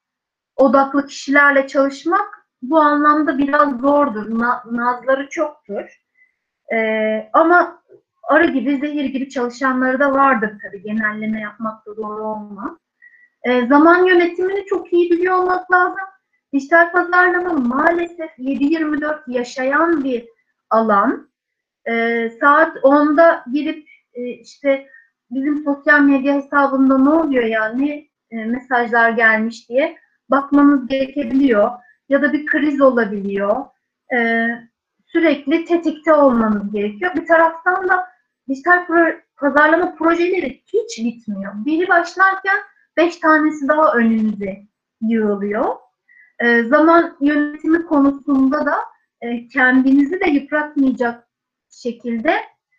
odaklı kişilerle çalışmak bu anlamda biraz zordur. Na, nazları çoktur. E, ama arı gibi, zehir gibi çalışanları da vardır tabii. Genelleme yapmak da doğru olmaz. E, zaman yönetimini çok iyi biliyor olmak lazım. Dijital pazarlama maalesef yedi yirmi dört yaşayan bir alan. E, saat onda girip e, işte bizim sosyal medya hesabında ne oluyor yani e, mesajlar gelmiş diye bakmanız gerekebiliyor. Ya da bir kriz olabiliyor. E, sürekli tetikte olmanız gerekiyor. Bir taraftan da dijital pro pazarlama projeleri hiç bitmiyor. Biri başlarken beş tanesi daha önünüze yığılıyor. E, zaman yönetimi konusunda da e, kendinizi de yıpratmayacak şekilde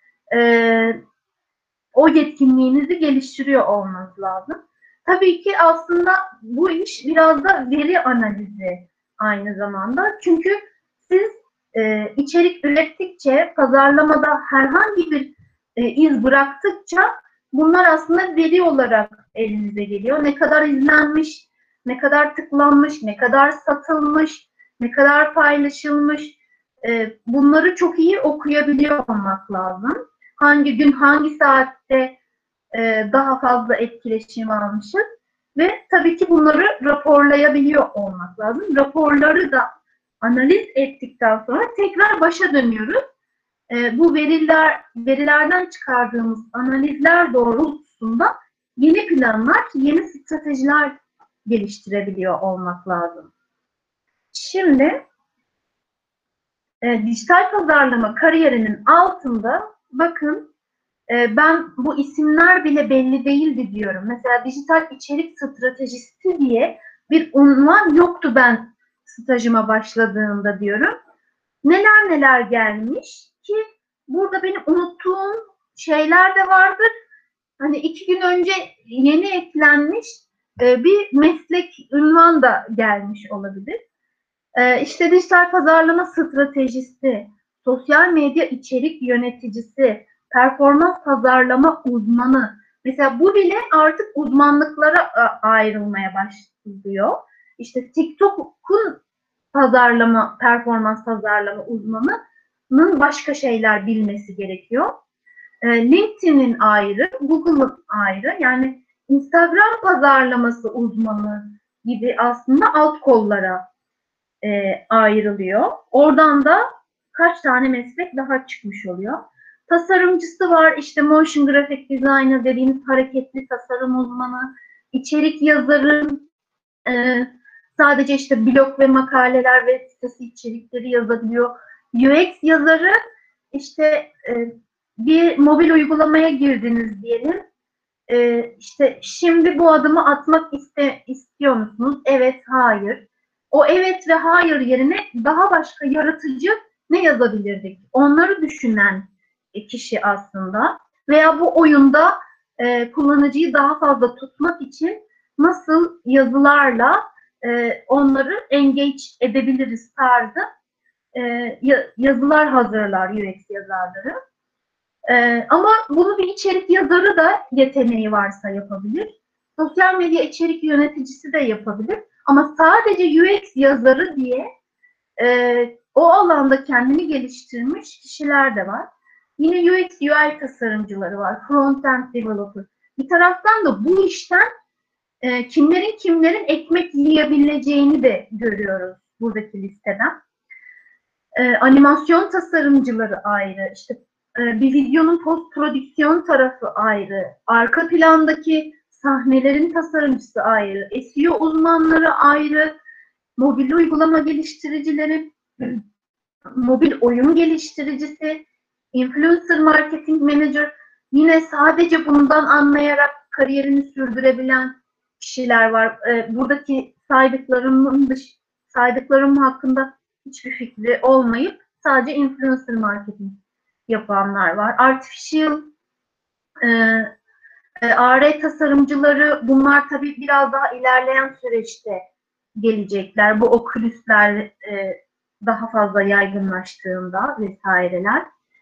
e, o yetkinliğinizi geliştiriyor olmanız lazım. Tabii ki aslında bu iş biraz da veri analizi aynı zamanda. Çünkü siz e, içerik ürettikçe, pazarlamada herhangi bir e, iz bıraktıkça bunlar aslında veri olarak elinize geliyor. Ne kadar izlenmiş, ne kadar tıklanmış, ne kadar satılmış, ne kadar paylaşılmış, e, bunları çok iyi okuyabiliyor olmak lazım. Hangi gün, hangi saatte e, daha fazla etkileşim almışız. Ve tabii ki bunları raporlayabiliyor olmak lazım. Raporları da analiz ettikten sonra tekrar başa dönüyoruz. E, bu veriler verilerden çıkardığımız analizler doğrultusunda yeni planlar, yeni stratejiler geliştirebiliyor olmak lazım. Şimdi e, dijital pazarlama kariyerinin altında bakın e, ben bu isimler bile belli değildi diyorum. Mesela dijital içerik stratejisi diye bir unvan yoktu ben stajıma başladığımda diyorum. Neler neler gelmiş ki burada benim unuttuğum şeyler de vardır. Hani iki gün önce yeni eklenmiş e, bir meslek ünvan da gelmiş olabilir. E, işte dijital pazarlama stratejisi, sosyal medya içerik yöneticisi, performans pazarlama uzmanı. Mesela bu bile artık uzmanlıklara ayrılmaya başlıyor. İşte TikTok'un pazarlama, performans pazarlama uzmanının başka şeyler bilmesi gerekiyor. LinkedIn'in ayrı, Google'ın ayrı. Yani Instagram pazarlaması uzmanı gibi aslında alt kollara e, ayrılıyor. Oradan da kaç tane meslek daha çıkmış oluyor. Tasarımcısı var, işte motion graphic designer dediğimiz hareketli tasarım uzmanı, içerik yazarı, e, sadece işte blog ve makaleler, web sitesi içerikleri yazabiliyor. U X yazarı işte e, bir mobil uygulamaya girdiniz diyelim. E, işte şimdi bu adımı atmak iste, istiyor musunuz? Evet, hayır. O evet ve hayır yerine daha başka yaratıcı ne yazabilirdik? Onları düşünen kişi aslında. Veya bu oyunda e, kullanıcıyı daha fazla tutmak için nasıl yazılarla e, onları engage edebiliriz tarzı e, yazılar hazırlar U X yazarları. E, ama bunu bir içerik yazarı da yeteneği varsa yapabilir. Sosyal medya içerik yöneticisi de yapabilir. Ama sadece U X yazarı diye e, o alanda kendini geliştirmiş kişiler de var. Yine U X U I tasarımcıları var. Front-end developer. Bir taraftan da bu işten e, kimlerin kimlerin ekmek yiyebileceğini de görüyoruz buradaki listeden. E, animasyon tasarımcıları ayrı, işte e, bir videonun post prodüksiyon tarafı ayrı, arka plandaki sahnelerin tasarımcısı ayrı, S E O uzmanları ayrı, mobil uygulama geliştiricileri, mobil oyun geliştiricisi, influencer marketing manager, yine sadece bundan anlayarak kariyerini sürdürebilen kişiler var. E, buradaki saydıklarımın dış, saydıklarım hakkında hiçbir fikri olmayıp sadece influencer marketing yapanlar var. Artificial e, e, A R tasarımcıları, bunlar tabii biraz daha ilerleyen süreçte gelecekler. Bu Oculus'ler e, daha fazla yaygınlaştığında vesaireler.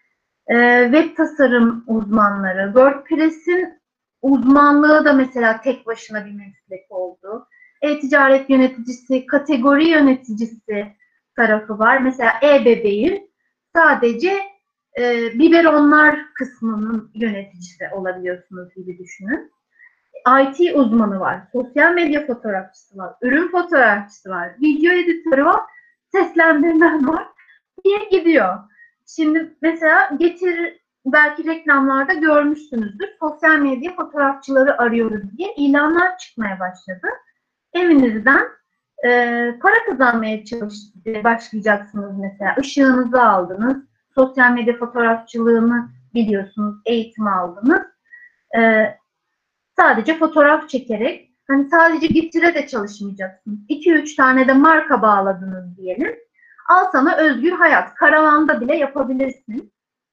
E, web tasarım uzmanları, WordPress'in uzmanlığı da mesela tek başına bir meslek oldu. E-ticaret yöneticisi, kategori yöneticisi tarafı var. Mesela e-bebeğin sadece e, biberonlar kısmının yöneticisi olabiliyorsunuz gibi düşünün. I T uzmanı var, sosyal medya fotoğrafçısı var, ürün fotoğrafçısı var, video editörü var, seslendirmen var diye gidiyor. Şimdi mesela Getir, belki reklamlarda görmüşsünüzdür, sosyal medya fotoğrafçıları arıyoruz diye ilanlar çıkmaya başladı. Evinizden e, para kazanmaya çalış, başlayacaksınız mesela. Işığınızı aldınız, sosyal medya fotoğrafçılığını biliyorsunuz, eğitim aldınız. E, sadece fotoğraf çekerek, hani sadece Getir'e de çalışmayacaksınız. iki üç tane de marka bağladınız diyelim. Al sana özgür hayat. Karavanda bile yapabilirsin.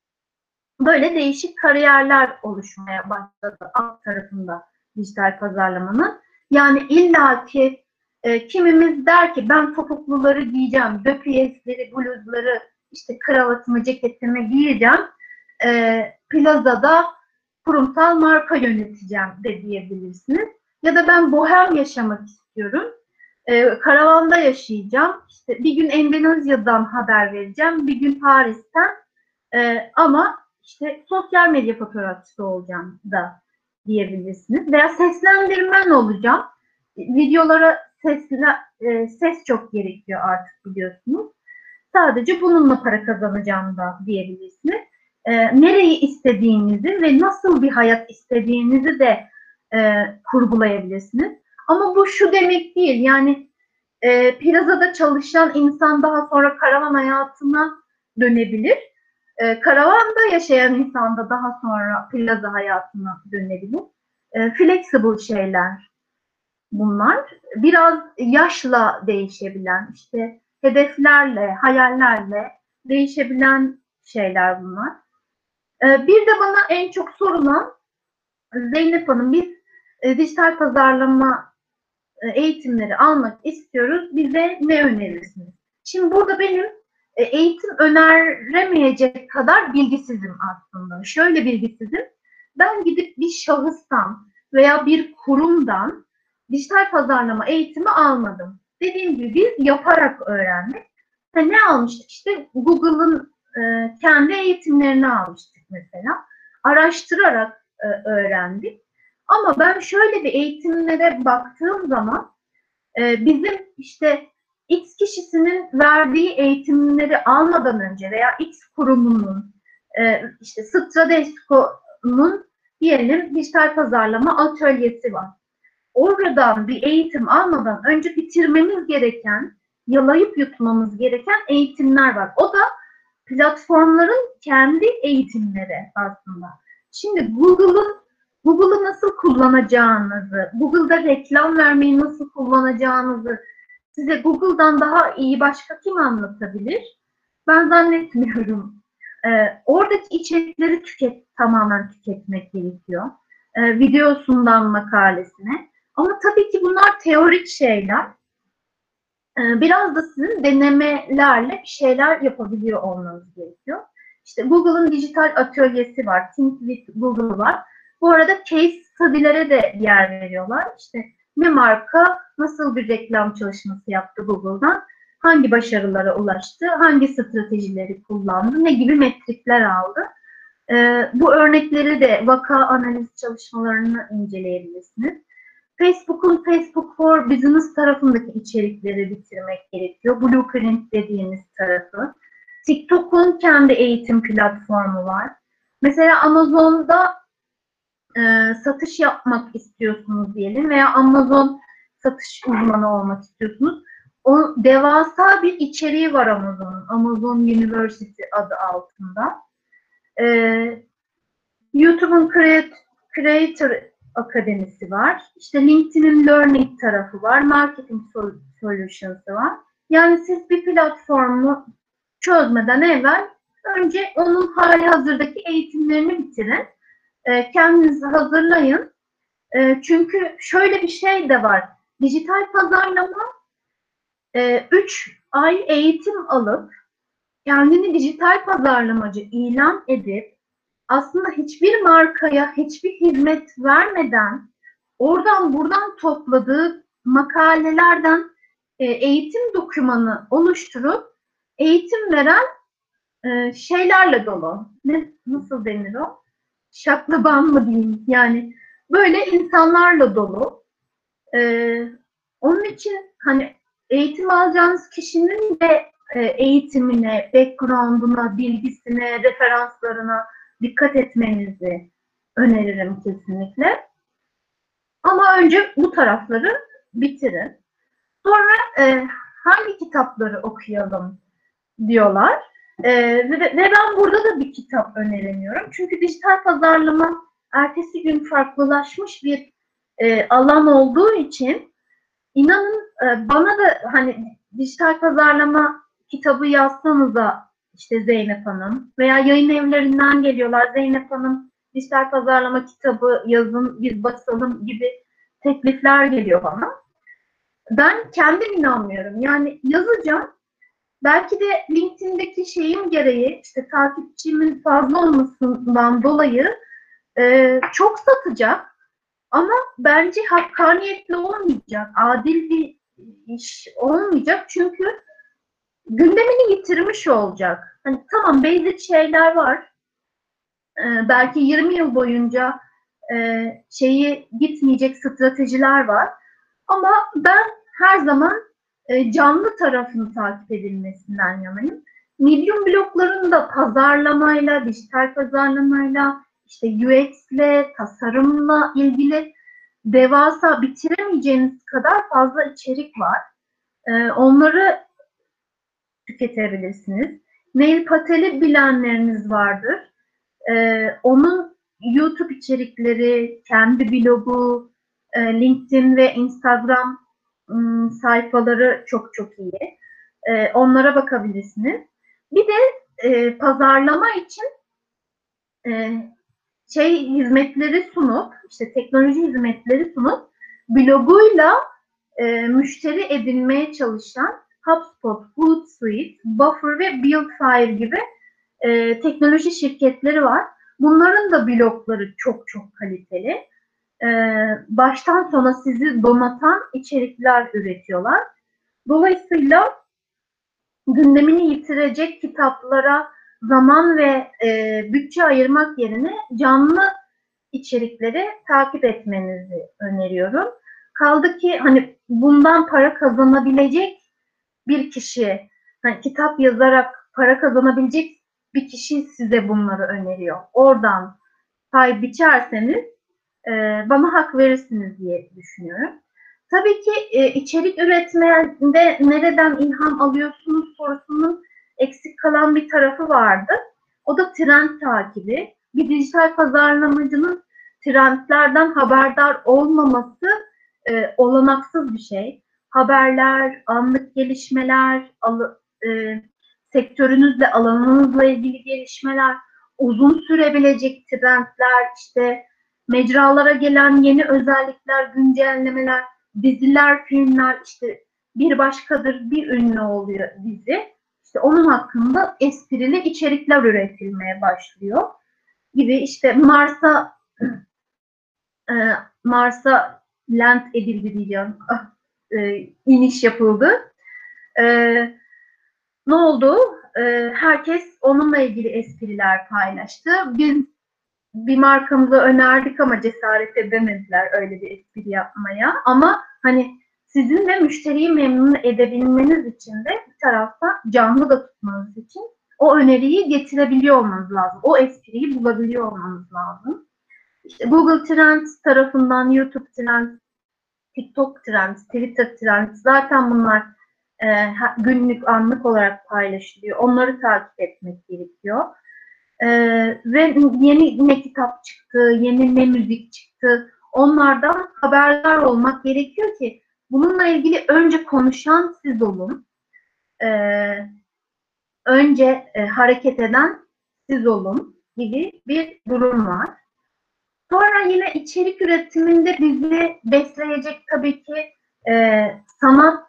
Böyle değişik kariyerler oluşmaya başladı alt tarafında dijital pazarlamanın. Yani illaki e, kimimiz der ki ben topukluları giyeceğim, döpiyesleri, bluzları, işte kravatımı, ceketimi giyeceğim. E, plazada kurumsal marka yöneteceğim de diyebilirsiniz. Ya da ben bohem yaşamak istiyorum. E, karavanda yaşayacağım. İşte bir gün Endonezya'dan haber vereceğim, bir gün Paris'ten. E, ama işte sosyal medya fotoğrafçısı olacağım da diyebilirsiniz. Veya seslendirmen olacağım. Videolara sesle, e, ses çok gerekiyor artık biliyorsunuz. Sadece bununla para kazanacağım da diyebilirsiniz. E, nereyi istediğinizi ve nasıl bir hayat istediğinizi de e, kurgulayabilirsiniz. Ama bu şu demek değil. Yani e, plazada çalışan insan daha sonra karavan hayatına dönebilir. E, karavanda yaşayan insan da daha sonra plaza hayatına dönebilir. E, flexible şeyler bunlar. Biraz yaşla değişebilen, işte hedeflerle, hayallerle değişebilen şeyler bunlar. E, bir de bana en çok sorulan, Zeynep Hanım, biz e, dijital pazarlama e, eğitimleri almak istiyoruz. Bize ne önerirsiniz? Şimdi burada benim e, eğitim öneremeyecek kadar bilgisizim aslında. Şöyle bilgisizim. Ben gidip bir şahıstan veya bir kurumdan dijital pazarlama eğitimi almadım. Dediğim gibi biz yaparak öğrendik. Ha, ne almıştık? İşte Google'ın e, kendi eğitimlerini almıştık mesela. Araştırarak e, öğrendik. Ama ben şöyle bir eğitimlere baktığım zaman e, bizim işte X kişisinin verdiği eğitimleri almadan önce veya X kurumunun e, işte Stradesco'nun diyelim dijital pazarlama atölyesi var. Oradan bir eğitim almadan önce bitirmemiz gereken, yalayıp yutmamız gereken eğitimler var. O da platformların kendi eğitimleri aslında. Şimdi Google'ın Google'ı nasıl kullanacağınızı, Google'da reklam vermeyi nasıl kullanacağınızı size Google'dan daha iyi başka kim anlatabilir? Ben zannetmiyorum. Ee, oradaki içerikleri tüket, tamamen tüketmek gerekiyor. Ee, videosundan makalesine. Ama tabii ki bunlar teorik şeyler. Ee, biraz da sizin denemelerle bir şeyler yapabiliyor olmanız gerekiyor. İşte Google'ın dijital atölyesi var, Think with Google var. Bu arada case study'lere de yer veriyorlar. İşte ne marka nasıl bir reklam çalışması yaptı Google'dan, hangi başarılara ulaştı, hangi stratejileri kullandı, ne gibi metrikler aldı. Ee, bu örnekleri de vaka analiz çalışmalarını inceleyebilirsiniz. Facebook'un Facebook for Business tarafındaki içerikleri bitirmek gerekiyor. Blueprint dediğimiz tarafı. TikTok'un kendi eğitim platformu var. Mesela Amazon'da e, satış yapmak istiyorsunuz diyelim veya Amazon satış uzmanı olmak istiyorsunuz. O devasa bir içeriği var Amazon'un. Amazon University adı altında. E, YouTube'un Creator Akademisi var. İşte LinkedIn'in Learning tarafı var. Marketing Solutions'ı var. Yani siz bir platformu çözmeden evvel önce onun hali hazırdaki eğitimlerini bitirin. E, kendinizi hazırlayın. E, çünkü şöyle bir şey de var. Dijital pazarlama üç e, ay eğitim alıp kendini dijital pazarlamacı ilan edip aslında hiçbir markaya hiçbir hizmet vermeden oradan buradan topladığı makalelerden e, eğitim dokümanı oluşturup eğitim veren e, şeylerle dolu. Ne, nasıl denir o? Şaklaban mı diyeyim? Yani böyle insanlarla dolu. E, onun için hani eğitim alacağınız kişinin de e, eğitimine, background'una, bilgisine, referanslarına dikkat etmenizi öneririm kesinlikle. Ama önce bu tarafları bitirin. Sonra e, hangi kitapları okuyalım diyorlar. E, ve, ve ben burada da bir kitap öneremiyorum. Çünkü dijital pazarlama ertesi gün farklılaşmış bir e, alan olduğu için inanın e, bana da hani dijital pazarlama kitabı yazsanız da işte Zeynep Hanım veya yayın evlerinden geliyorlar. Zeynep Hanım dijital pazarlama kitabı yazın, biz basalım gibi teklifler geliyor bana. Ben kendim inanmıyorum. Yani yazacağım. Belki de LinkedIn'deki şeyim gereği işte takipçimin fazla olmasından dolayı e, çok satacak. Ama bence hakkaniyetli olmayacak, adil bir iş olmayacak çünkü gündemini yitirmiş olacak. Hani tamam basic şeyler var. Ee, belki yirmi yıl boyunca e, şeyi gitmeyecek stratejiler var. Ama ben her zaman e, canlı tarafını takip edilmesinden yanayım. Medium blogların da pazarlamayla, dijital pazarlamayla, işte U X'le, tasarımla ilgili devasa, bitiremeyeceğiniz kadar fazla içerik var. E, onları tüketebilirsiniz. Neil Patel'i bilenleriniz vardır. E, onun YouTube içerikleri, kendi blogu, e, LinkedIn ve Instagram ım, sayfaları çok çok iyi. E, onlara bakabilirsiniz. Bir de e, pazarlama için e, şey hizmetleri sunup, işte teknoloji hizmetleri sunup bloguyla e, müşteri edinmeye çalışan HubSpot, Hootsuite, Buffer ve Buildfire gibi e, teknoloji şirketleri var. Bunların da blogları çok çok kaliteli. E, baştan sona sizi donatan içerikler üretiyorlar. Dolayısıyla gündemini yitirecek kitaplara zaman ve e, bütçe ayırmak yerine canlı içerikleri takip etmenizi öneriyorum. Kaldı ki hani bundan para kazanabilecek bir kişi, hani kitap yazarak para kazanabilecek bir kişi size bunları öneriyor. Oradan pay biçerseniz e, bana hak verirsiniz diye düşünüyorum. Tabii ki e, içerik üretmede nereden ilham alıyorsunuz sorusunun eksik kalan bir tarafı vardı. O da trend takibi. Bir dijital pazarlamacının trendlerden haberdar olmaması e, olanaksız bir şey. Haberler, anlık gelişmeler, al, e, sektörünüzle, alanınızla ilgili gelişmeler, uzun sürebilecek trendler, işte mecralara gelen yeni özellikler, güncellemeler, diziler, filmler, işte bir başkadır, bir ünlü oluyor dizi. İşte onun hakkında esprili içerikler üretilmeye başlıyor gibi. İşte Mars'a e, Mars'a land edildi diyeceğim. E, iniş yapıldı. E, ne oldu? E, herkes onunla ilgili espriler paylaştı. Biz bir markamıza önerdik ama cesaret edemediler öyle bir espri yapmaya. Ama hani sizin de müşteriyi memnun edebilmeniz için de bir taraftan canlı da tutmanız için o öneriyi getirebiliyor olmanız lazım. O espriyi bulabiliyor olmanız lazım. İşte Google Trends tarafından, YouTube Trends, TikTok Trends, Twitter Trends, zaten bunlar e, günlük, anlık olarak paylaşılıyor. Onları takip etmek gerekiyor. Ee, ve yeni ne kitap çıktı, yeni ne müzik çıktı, onlardan haberdar olmak gerekiyor ki bununla ilgili önce konuşan siz olun. Ee, önce e, hareket eden siz olun gibi bir durum var. Sonra yine içerik üretiminde bizi besleyecek tabii ki e, sanat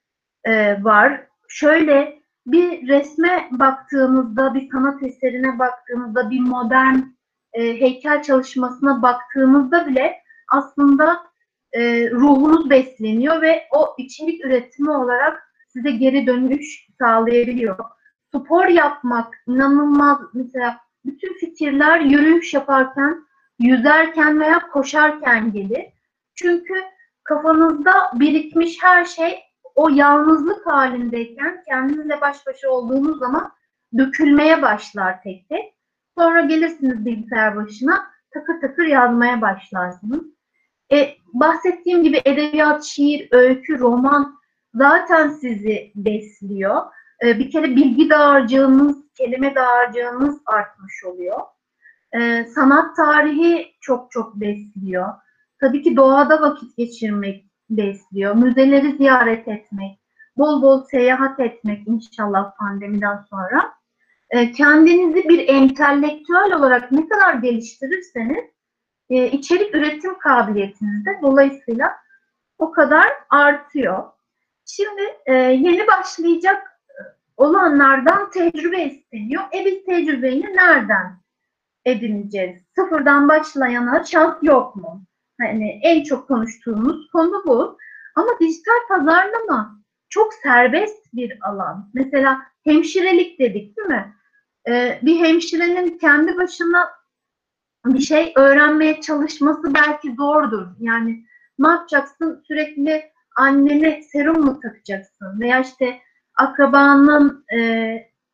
e, var. Şöyle bir resme baktığımızda, bir sanat eserine baktığımızda, bir modern e, heykel çalışmasına baktığımızda bile aslında e, ruhunuz besleniyor ve o içerik üretimi olarak size geri dönüş sağlayabiliyor. Spor yapmak inanılmaz, mesela bütün fikirler yürüyüş yaparken, yüzerken veya koşarken gelir. Çünkü kafanızda birikmiş her şey o yalnızlık halindeyken kendinizle baş başa olduğunuz zaman dökülmeye başlar tek tek. Sonra gelirsiniz bilgisayar başına, takır takır yazmaya başlarsınız. E, bahsettiğim gibi edebiyat, şiir, öykü, roman zaten sizi besliyor. E, bir kere bilgi dağarcığınız, kelime dağarcığınız artmış oluyor. E, sanat tarihi çok çok besliyor. Tabii ki doğada vakit geçirmek besliyor. Müzeleri ziyaret etmek, bol bol seyahat etmek inşallah pandemiden sonra. E, kendinizi bir entelektüel olarak ne kadar geliştirirseniz e, içerik üretim kabiliyetiniz de dolayısıyla o kadar artıyor. Şimdi e, yeni başlayacak olanlardan tecrübe isteniyor. E biz tecrübeyi nereden edineceğiz? Sıfırdan başlayana şans yok mu? Hani en çok konuştuğumuz konu bu. Ama dijital pazarlama çok serbest bir alan. Mesela hemşirelik dedik değil mi? Ee, bir hemşirenin kendi başına bir şey öğrenmeye çalışması belki zordur. Yani ne yapacaksın? Sürekli annene serum mu takacaksın? Veya işte akrabanın e,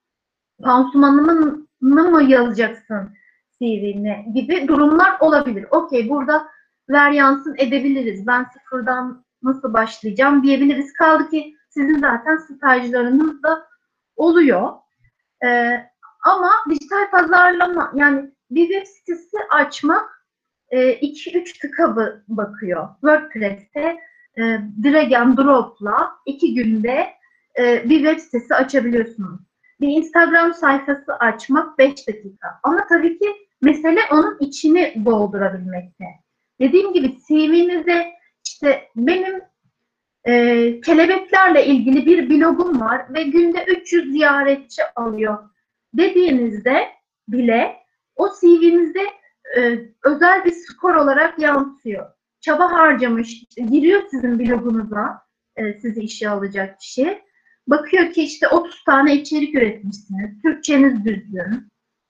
pansumanını mı yazacaksın C V'ne gibi durumlar olabilir. Okey, burada ver yansın edebiliriz. Ben sıfırdan nasıl başlayacağım diyebiliriz. Kaldı ki sizin zaten stajlarınız da oluyor. Ee, ama dijital pazarlama, yani bir web sitesi açmak iki üç tıka bakıyor. WordPress'te e, drag and drop'la iki günde e, bir web sitesi açabiliyorsunuz. Bir Instagram sayfası açmak beş dakika. Ama tabii ki mesele onun içini doldurabilmekte. Dediğim gibi C V'nize işte benim e, kelebeklerle ilgili bir blogum var ve günde üç yüz ziyaretçi alıyor dediğinizde bile o C V'nizde e, özel bir skor olarak yansıyor. Çaba harcamış, işte giriyor sizin blogunuza, e, sizi işe alacak kişi. Bakıyor ki işte otuz tane içerik üretmişsiniz, Türkçeniz düzgün.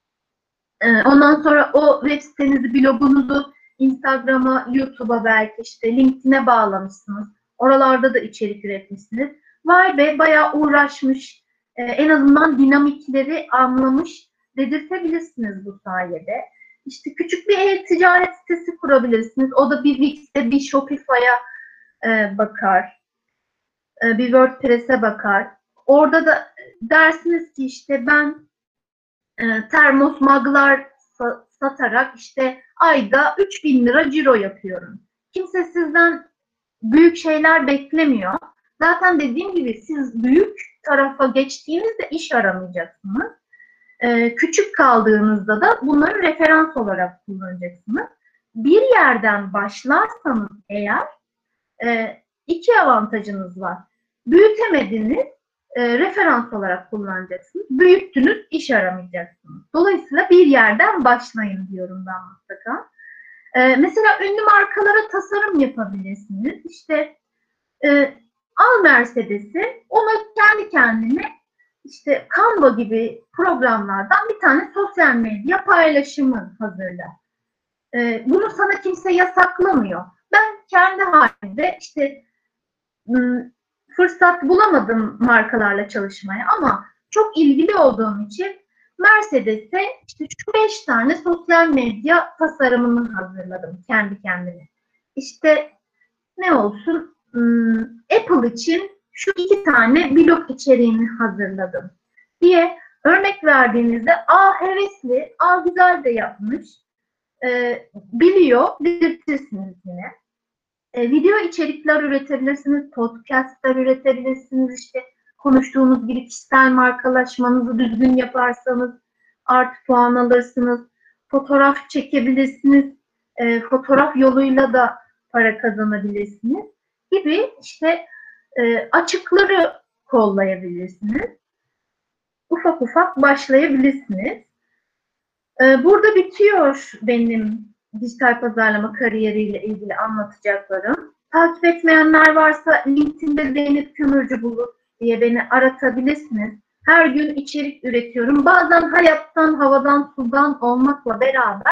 E, ondan sonra o web sitenizi, blogunuzu Instagram'a, YouTube'a, belki işte LinkedIn'e bağlamışsınız. Oralarda da içerik üretmişsiniz. Vay be, bayağı uğraşmış, e, en azından dinamikleri anlamış dedirtebilirsiniz bu sayede. İşte küçük bir e-ticaret sitesi kurabilirsiniz. O da bir Wix'e, bir Shopify'a e, bakar. E, bir WordPress'e bakar. Orada da dersiniz ki işte ben e, termos maglar sa satarak işte ayda üç bin lira ciro yapıyorum. Kimse sizden büyük şeyler beklemiyor. Zaten dediğim gibi siz büyük tarafa geçtiğinizde iş aramayacaksınız. Ee, küçük kaldığınızda da bunları referans olarak kullanacaksınız. Bir yerden başlarsanız eğer e, iki avantajınız var. Büyütemediniz, e, referans olarak kullanacaksınız. Büyüttünüz, iş aramayacaksınız. Dolayısıyla bir yerden başlayın diyorum ben mutlaka. E, mesela ünlü markalara tasarım yapabilirsiniz. İşte e, al Mercedes'i, ona kendi kendine İşte Canva gibi programlardan bir tane sosyal medya paylaşımı hazırla. Ee, bunu sana kimse yasaklamıyor. Ben kendi halimde işte fırsat bulamadım markalarla çalışmaya ama çok ilgili olduğum için Mercedes'e işte şu beş tane sosyal medya tasarımını hazırladım kendi kendime. İşte ne olsun? Apple için şu iki tane blog içeriğini hazırladım diye örnek verdiğinizde a hevesli, a güzel de yapmış, e, biliyor, belirtirsiniz yine. E, video içerikler üretebilirsiniz, podcastlar üretebilirsiniz, işte konuştuğumuz gibi kişisel markalaşmanızı düzgün yaparsanız artı puan alırsınız, fotoğraf çekebilirsiniz, e, fotoğraf yoluyla da para kazanabilirsiniz gibi işte e, açıkları kollayabilirsiniz. Ufak ufak başlayabilirsiniz. E, burada bitiyor benim dijital pazarlama kariyeriyle ilgili anlatacaklarım. Takip etmeyenler varsa LinkedIn'de Zeynep Kömürcü Bulut diye beni aratabilirsiniz. Her gün içerik üretiyorum. Bazen hayattan, havadan, sudan olmakla beraber